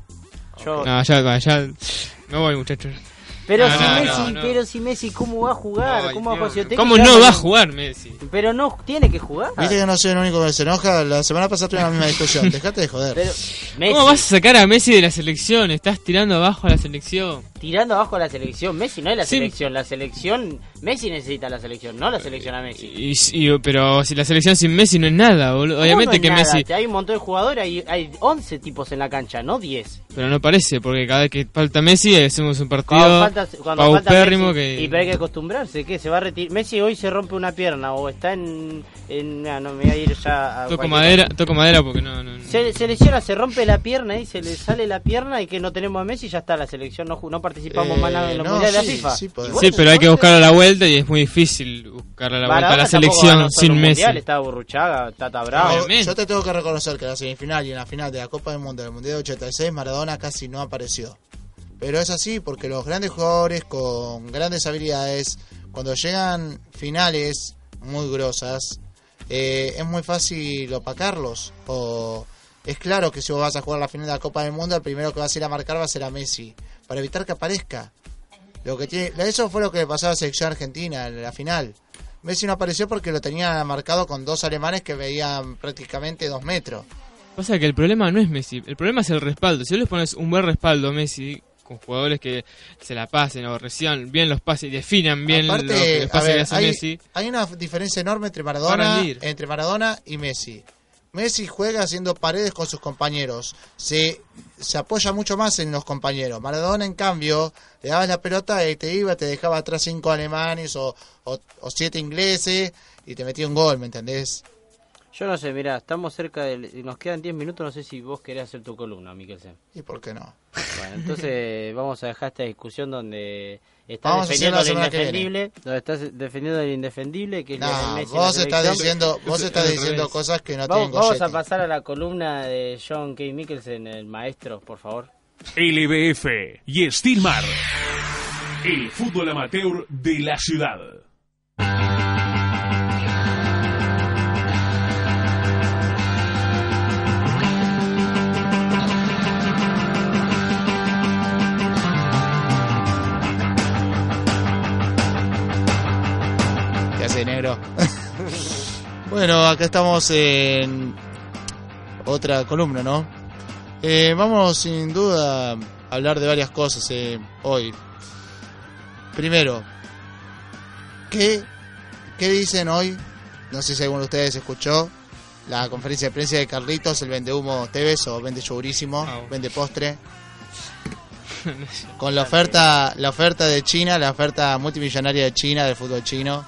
Ya me voy, muchachos. Pero si Messi, ¿cómo va a jugar? ¿Cómo no va a jugar Messi? Pero no tiene que jugar. Viste que no soy el único que se enoja. La semana pasada tuvimos la misma discusión. Dejate de joder. Pero, ¿cómo vas a sacar a Messi de la selección? Estás tirando abajo a la selección. Tirando abajo a la selección. Messi no es la selección. La selección... Messi necesita la selección, no la selección a Messi. Pero si la selección sin Messi no es nada, boludo. Obviamente que nada? Messi... Hay un montón de jugadores, hay 11 tipos en la cancha, no 10. Pero no parece, porque cada vez que falta Messi hacemos un partido paupérrimo que... Y pero hay que acostumbrarse, ¿qué? Se va a retirar. Messi hoy se rompe una pierna o está no me voy a ir ya a toco madera porque no. Se lesiona, se rompe la pierna y se le sale la pierna y que no tenemos a Messi, ya está la selección, no participamos más nada en los mundiales de la FIFA. Sí, pero hay que buscar a la vuelta y es muy difícil buscar a la vuelta a la selección sin Messi. Está Burruchaga, Tata Bravo. Yo te tengo que reconocer que en la semifinal y en la final de la Copa del Mundo, del Mundial de 86, Maradona casi no apareció. Pero es así porque los grandes jugadores con grandes habilidades, cuando llegan finales muy grosas, es muy fácil opacarlos. O es claro que si vos vas a jugar la final de la Copa del Mundo, el primero que vas a ir a marcar va a ser a Messi, para evitar que aparezca. Eso fue lo que le pasó a la selección argentina en la final. Messi no apareció porque lo tenían marcado con 2 alemanes que veían prácticamente 2 metros. Pasa que el problema no es Messi, el problema es el respaldo. Si vos les pones un buen respaldo a Messi, con jugadores que se la pasen o reciban bien los pases y definan bien los pases que hace Messi. Hay una diferencia enorme entre Maradona y Messi. Messi juega haciendo paredes con sus compañeros, se apoya mucho más en los compañeros. Maradona, en cambio, le dabas la pelota y te dejaba atrás 5 alemanes o 7 ingleses y te metía un gol, ¿me entendés? Yo no sé, mirá, estamos cerca nos quedan 10 minutos, no sé si vos querés hacer tu columna, Mikkelsen. ¿Y por qué no? Bueno, entonces vamos a dejar esta discusión donde estás defendiendo lo indefendible, que es Lionel Messi. Vos estás diciendo cosas que no tienen Vamos a pasar a la columna de John K. Mikkelsen, el maestro, por favor. LBF y Steelmar, el fútbol amateur de la ciudad. Negro. Bueno, acá estamos en otra columna, ¿no? Vamos sin duda a hablar de varias cosas hoy. Primero, ¿qué dicen hoy? No sé si alguno de ustedes escuchó la conferencia de prensa de Carlitos, el vendehumo Tevez o vende yogurísimo, vende postre. Con la oferta de China, la oferta multimillonaria de China del fútbol chino.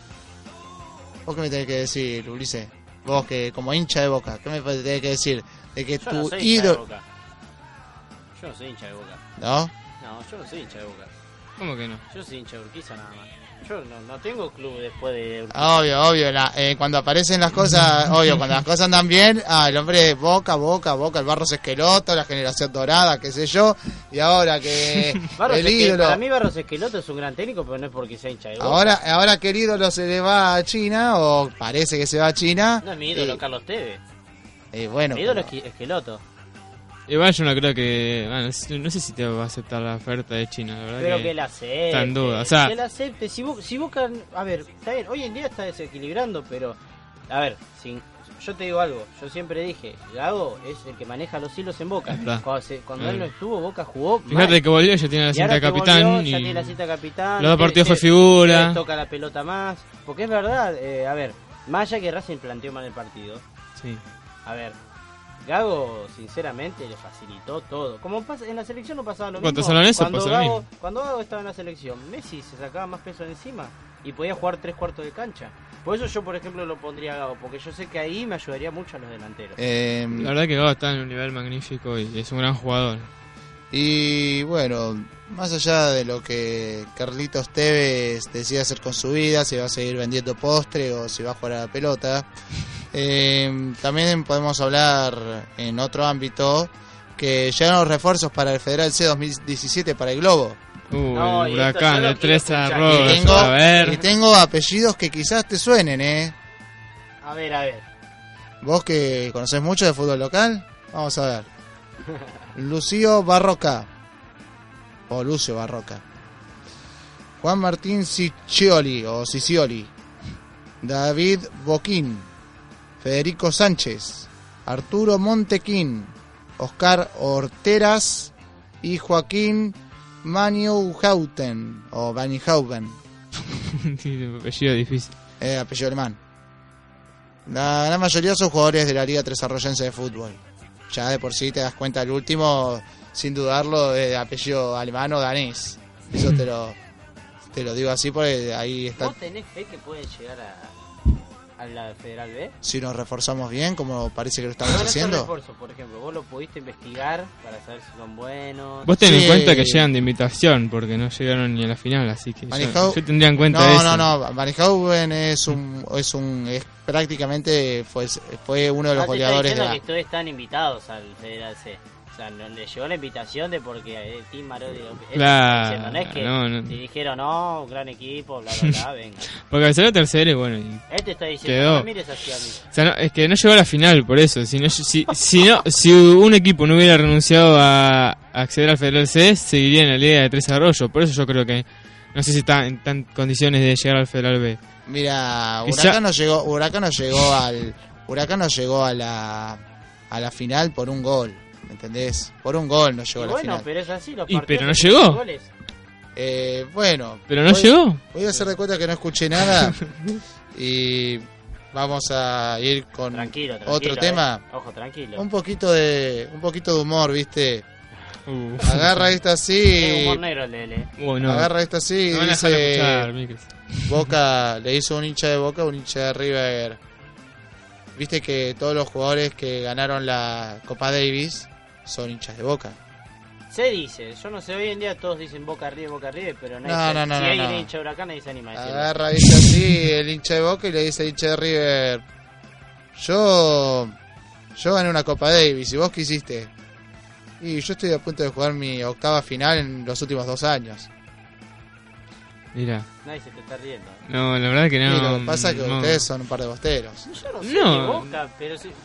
¿Vos qué me tenés que decir, Ulises? Vos que como hincha de Boca, ¿qué me tenés que decir? De que yo tu no soy ídolo... Yo no soy hincha de Boca. ¿No? No, yo no soy hincha de Boca. ¿Cómo que no? Yo soy hincha de Urquiza nada más. Yo no tengo club después de Urquiza. Obvio. Cuando aparecen las cosas, cuando las cosas andan bien, el hombre de Boca, el Barros Esqueloto, la generación dorada, qué sé yo, y ahora que el ídolo... Para mí Barros Esqueloto es un gran técnico, pero no es porque sea hincha de Boca. Ahora que el ídolo se le va a China, o parece que se va a China... No es mi ídolo, Carlos Tevez. Bueno, mi ídolo es Esqueloto. Igual yo no creo que... Bueno, no sé si te va a aceptar la oferta de China, la verdad. Pero que la acepte. Está en duda, o sea... Que la acepte. Si Boca... A ver, está bien, hoy en día está desequilibrando, pero... A ver, yo te digo algo. Yo siempre dije, Gago es el que maneja los hilos en Boca. Cuando él no estuvo, Boca jugó Fíjate mal. que volvió, ya tiene la cinta de capitán. Ya tiene la cinta de capitán. Los dos partidos fue figura. Toca la pelota más. Porque es verdad, a ver, más allá que Racing planteó mal el partido. Sí. A ver... Gago, sinceramente, le facilitó todo. Como pasa, en la selección no pasaba lo mismo. Cuando Gago estaba en la selección, Messi se sacaba más peso de encima y podía jugar 3/4 de cancha. Por eso yo, por ejemplo, lo pondría a Gago, porque yo sé que ahí me ayudaría mucho a los delanteros. La verdad que Gago está en un nivel magnífico y es un gran jugador. Y bueno, más allá de lo que Carlitos Tevez decide hacer con su vida, si va a seguir vendiendo postre o si va a jugar a la pelota... también podemos hablar en otro ámbito que llegaron los refuerzos para el Federal C 2017 para el Globo. El Huracán de 3 Arroyos. Y tengo apellidos que quizás te suenen, A ver. Vos que conocés mucho de fútbol local, vamos a ver. Lucio Barroca o Lucio Barroca, Juan Martín Ciccioli o Ciccioli, David Boquín, Federico Sánchez, Arturo Montequín, Oscar Horteras y Joaquín Maniuhauten o Vanihauben. Apellido difícil. Apellido alemán. La gran mayoría son jugadores de la Liga Tres Arroyense de fútbol. Ya de por sí te das cuenta, el último, sin dudarlo, de apellido alemán o danés. Eso te lo digo así porque ahí está. ¿Vos tenés fe que puede llegar a la Federal B? Si nos reforzamos bien, como parece que lo estamos haciendo. Refuerzo, por ejemplo, vos lo pudiste investigar para saber si son buenos. Vos tenés en cuenta que llegan de invitación, porque no llegaron ni a la final, así que yo tendría en cuenta eso. No, Vanihauben es prácticamente fue uno de los goleadores de la... que todos están invitados al Federal C. O sea, no le llegó la invitación de porque Tim Marodi... Claro, no es que te dijeron, no, un gran equipo, bla, bla, bla, venga. Porque al ser tercero, bueno... Él te está diciendo, no mires hacia mí. O sea, es que no llegó a la final, por eso. Si un equipo no hubiera renunciado a acceder al Federal C, seguiría en la Liga de Tres Arroyos. Por eso yo creo que... No sé si está en condiciones de llegar al Federal B. Mira, Huracán no llegó a la final por un gol. ¿Me entendés? Por un gol no llegó a la final. Bueno, pero es así, los partidos. Pero no llegó. Bueno. Pero no llegó. Voy a hacer de cuenta que no escuché nada. Y vamos a ir con otro tema. Ojo, tranquilo. Un poquito de humor, ¿viste? Agarra esta así. Humor negro, Lele. Bueno, agarra esta así y dice: Boca le hizo un hincha de Boca, un hincha de River. viste que todos los jugadores que ganaron la Copa Davis son hinchas de Boca. Se dice, yo no sé, hoy en día todos dicen Boca River, pero No, si alguien no. es hincha de Huracán nadie se anima a decirlo. Agarra, viste así, el hincha de Boca y le dice el hincha de River, yo gané una Copa Davis, ¿y vos qué hiciste? Y yo estoy a punto de jugar mi octava final en los últimos 2 años. Mira. Nadie se te está riendo. No, la verdad que no. Y lo que pasa es que ustedes son un par de bosteros. Yo no sé No. de Boca, pero sí.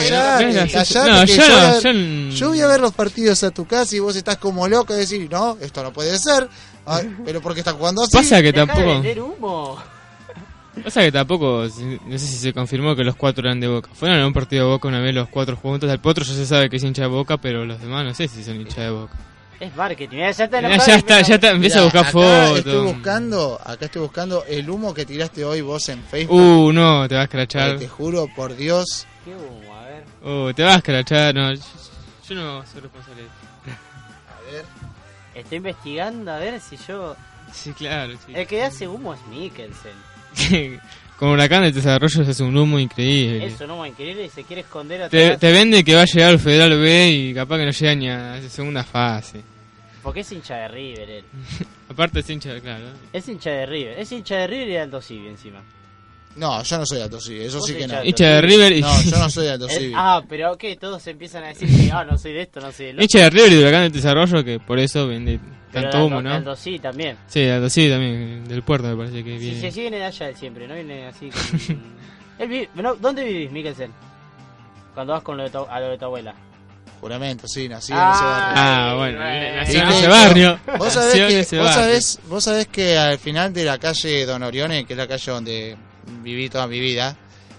Yo voy a ver los partidos a tu casa y vos estás como loco y decís, no, esto no puede ser. Ay, pero ¿por qué estás jugando así? Pasa que Dejá de tampoco. vender humo. Pasa que tampoco, no sé si se confirmó que los 4 eran de Boca. Fueron a un partido de Boca una vez los 4 juntos. Al Potro ya se sabe que es hincha de Boca, pero los demás no sé si son hincha de Boca. Es marketing, ya está Ya está, empieza a buscar acá fotos. Estoy buscando el humo que tiraste hoy vos en Facebook. No, te vas a escrachar. Te juro por Dios. ¿Qué humo? A ver. Te vas a escrachar, no. Yo no soy responsable. A ver. Estoy investigando a ver si yo... Sí, claro. Sí. El que hace humo es Mikkelsen. Con Huracán de Desarrollo se hace un humo increíble. Es un humo increíble y se quiere esconder Te atrás. vende que va a llegar al Federal B y capaz que no llega ni a la segunda fase. Porque es hincha de River él. Aparte es hincha, claro. Es hincha de River. Es hincha de River y de Aldo Civi encima. No, yo no soy Aldo Civi, eso Vos sí que no. Hincha de River y... No, yo no soy Aldo Civi. Pero ¿qué? Todos empiezan a decir que no soy de esto, no soy de lo Hincha de River y de Huracán de Desarrollo que por eso vende tanto humo, ¿no? Aldo Civi también. Sí, Aldo Civi también, del puerto me parece que viene. Sí, viene de allá él siempre, no viene así con... ¿Dónde vivís, Mikkelsen? Cuando vas con a lo de tu abuela. Juramento, sí, nací en ese barrio. Bueno, Y nació en de ese hecho, barrio. Vos sabés que al final de la calle Don Orione, que es la calle donde viví toda mi vida,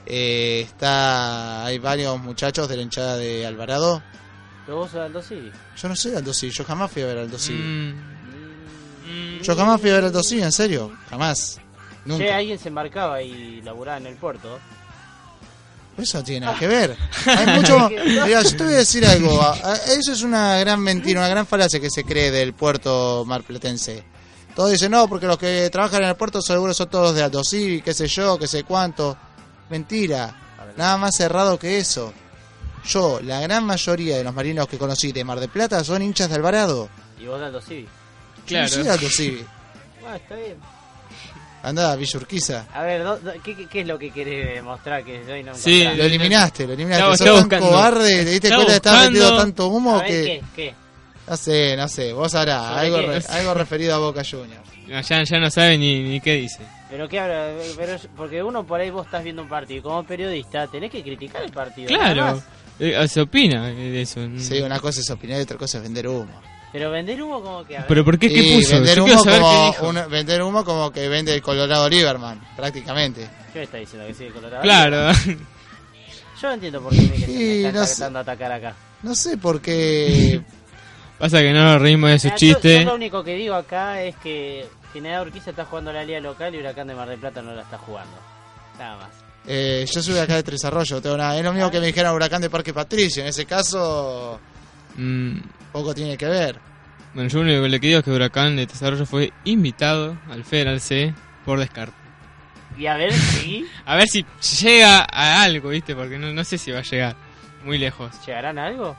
hay varios muchachos de la hinchada de Alvarado. ¿Pero vos sos Aldo Civi? Yo no soy Aldo Civi, yo jamás fui a ver Aldo Civi. Yo jamás fui a ver Aldo Civi, en serio, jamás. Nunca. Che, alguien se embarcaba y laburaba en el puerto. Eso no tiene nada que ver. Hay mucho. Mira, yo te voy a decir algo. Eso es una gran mentira, una gran falacia que se cree del puerto marplatense. Todos dicen, no, porque los que trabajan en el puerto seguro son todos de Aldo Civi, qué sé yo, qué sé cuánto. Mentira. Nada más cerrado que eso. Yo, la gran mayoría de los marinos que conocí de Mar del Plata son hinchas de Alvarado. ¿Y vos de Aldo Civi? Claro. Yo no soy de Aldo Civi. Bueno, está bien. Andá, Villa Urquiza. A ver, ¿qué es lo que querés demostrar que soy? No Sí, lo eliminaste. Sos tan buscando. Cobarde, te diste cuenta de estar metido tanto humo a ver, que... ¿Qué? No sé, vos harás algo referido a Boca Juniors. Ya no sabe ni qué dice. Pero qué habla, porque uno por ahí vos estás viendo un partido y como periodista tenés que criticar el partido. Claro, se opina de eso. Sí, una cosa es opinar y otra cosa es vender humo. Pero vender humo como que... ¿Pero por qué? ¿Qué puso? Vender Yo humo, quiero saber qué dijo. vender humo como que vende el Colorado Lieberman, prácticamente. ¿Qué me está diciendo? ¿Que sigue Colorado? Claro. Yo no entiendo por qué me está tratando de atacar acá. No sé por qué... Pasa que no nos reímos de su chiste. Yo lo único que digo acá es que General Urquiza está jugando la liga local y Huracán de Mar del Plata no la está jugando. Nada más. Yo soy de acá de Tres Arroyos, no tengo nada. Es lo mismo que me dijeran Huracán de Parque Patricio. En ese caso, poco tiene que ver. Bueno, yo lo único que le digo es que Huracán de Desarrollo fue invitado al Federal C por descarte. Y a ver si... a ver si llega a algo, ¿viste? Porque no sé si va a llegar muy lejos. ¿Llegarán a algo?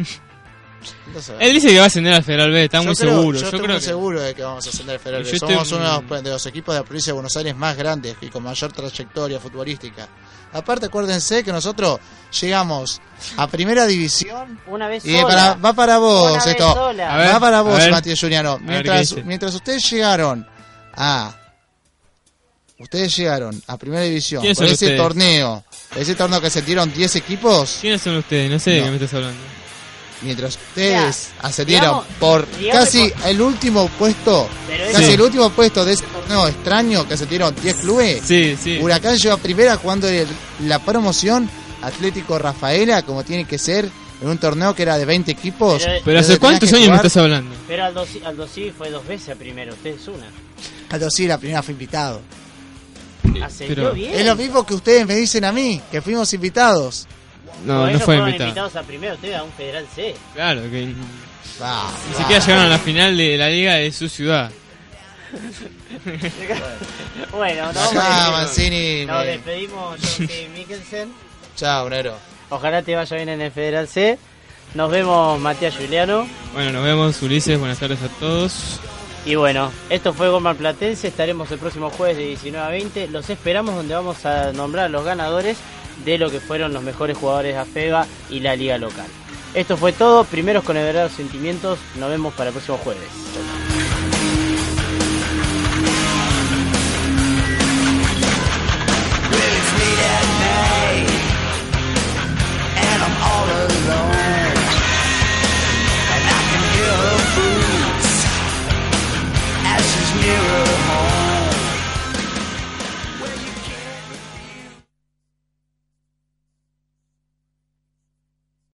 Él dice que va a ascender al Federal B, está muy seguro. Yo estoy muy seguro de que vamos a ascender al Federal B. Somos uno de los equipos de la provincia de Buenos Aires más grandes y con mayor trayectoria futbolística. Aparte, acuérdense que nosotros llegamos a primera división una vez y sola. Va para vos esto. Va para vos, Matías Giuliano. Mientras ustedes llegaron a primera división por ese torneo que se dieron 10 equipos. ¿Quiénes son ustedes? No sé de qué me estás hablando. Mientras ustedes ascendieron por casi el último puesto, el último puesto de ese torneo extraño que ascendieron 10 clubes, Huracán llegó a primera jugando la promoción Atlético Rafaela, como tiene que ser, en un torneo que era de 20 equipos. Pero ¿hace cuántos años me estás hablando? Pero Aldo sí fue 2 veces a primero, ustedes una. Aldo sí, la primera fue invitado. Ascendió bien. Es lo mismo que ustedes me dicen a mí, que fuimos invitados. No fue invitado. Invitados a primero, ustedes a un Federal C. Claro, que ni siquiera llegaron a la final de la liga de su ciudad. Bueno, Mancini. Nos despedimos, John Mikkelsen. Chao, Nero. Ojalá te vaya bien en el Federal C. Nos vemos, Matías Juliano. Bueno, nos vemos, Ulises. Buenas tardes a todos. Y bueno, esto fue Golmar Platense. Estaremos el próximo jueves de 19 a 20. Los esperamos, donde vamos a nombrar a los ganadores de lo que fueron los mejores jugadores de AFEBA y la liga local. Esto fue todo. Primeros con el verdadero sentimientos. Nos vemos para el próximo jueves. Chau.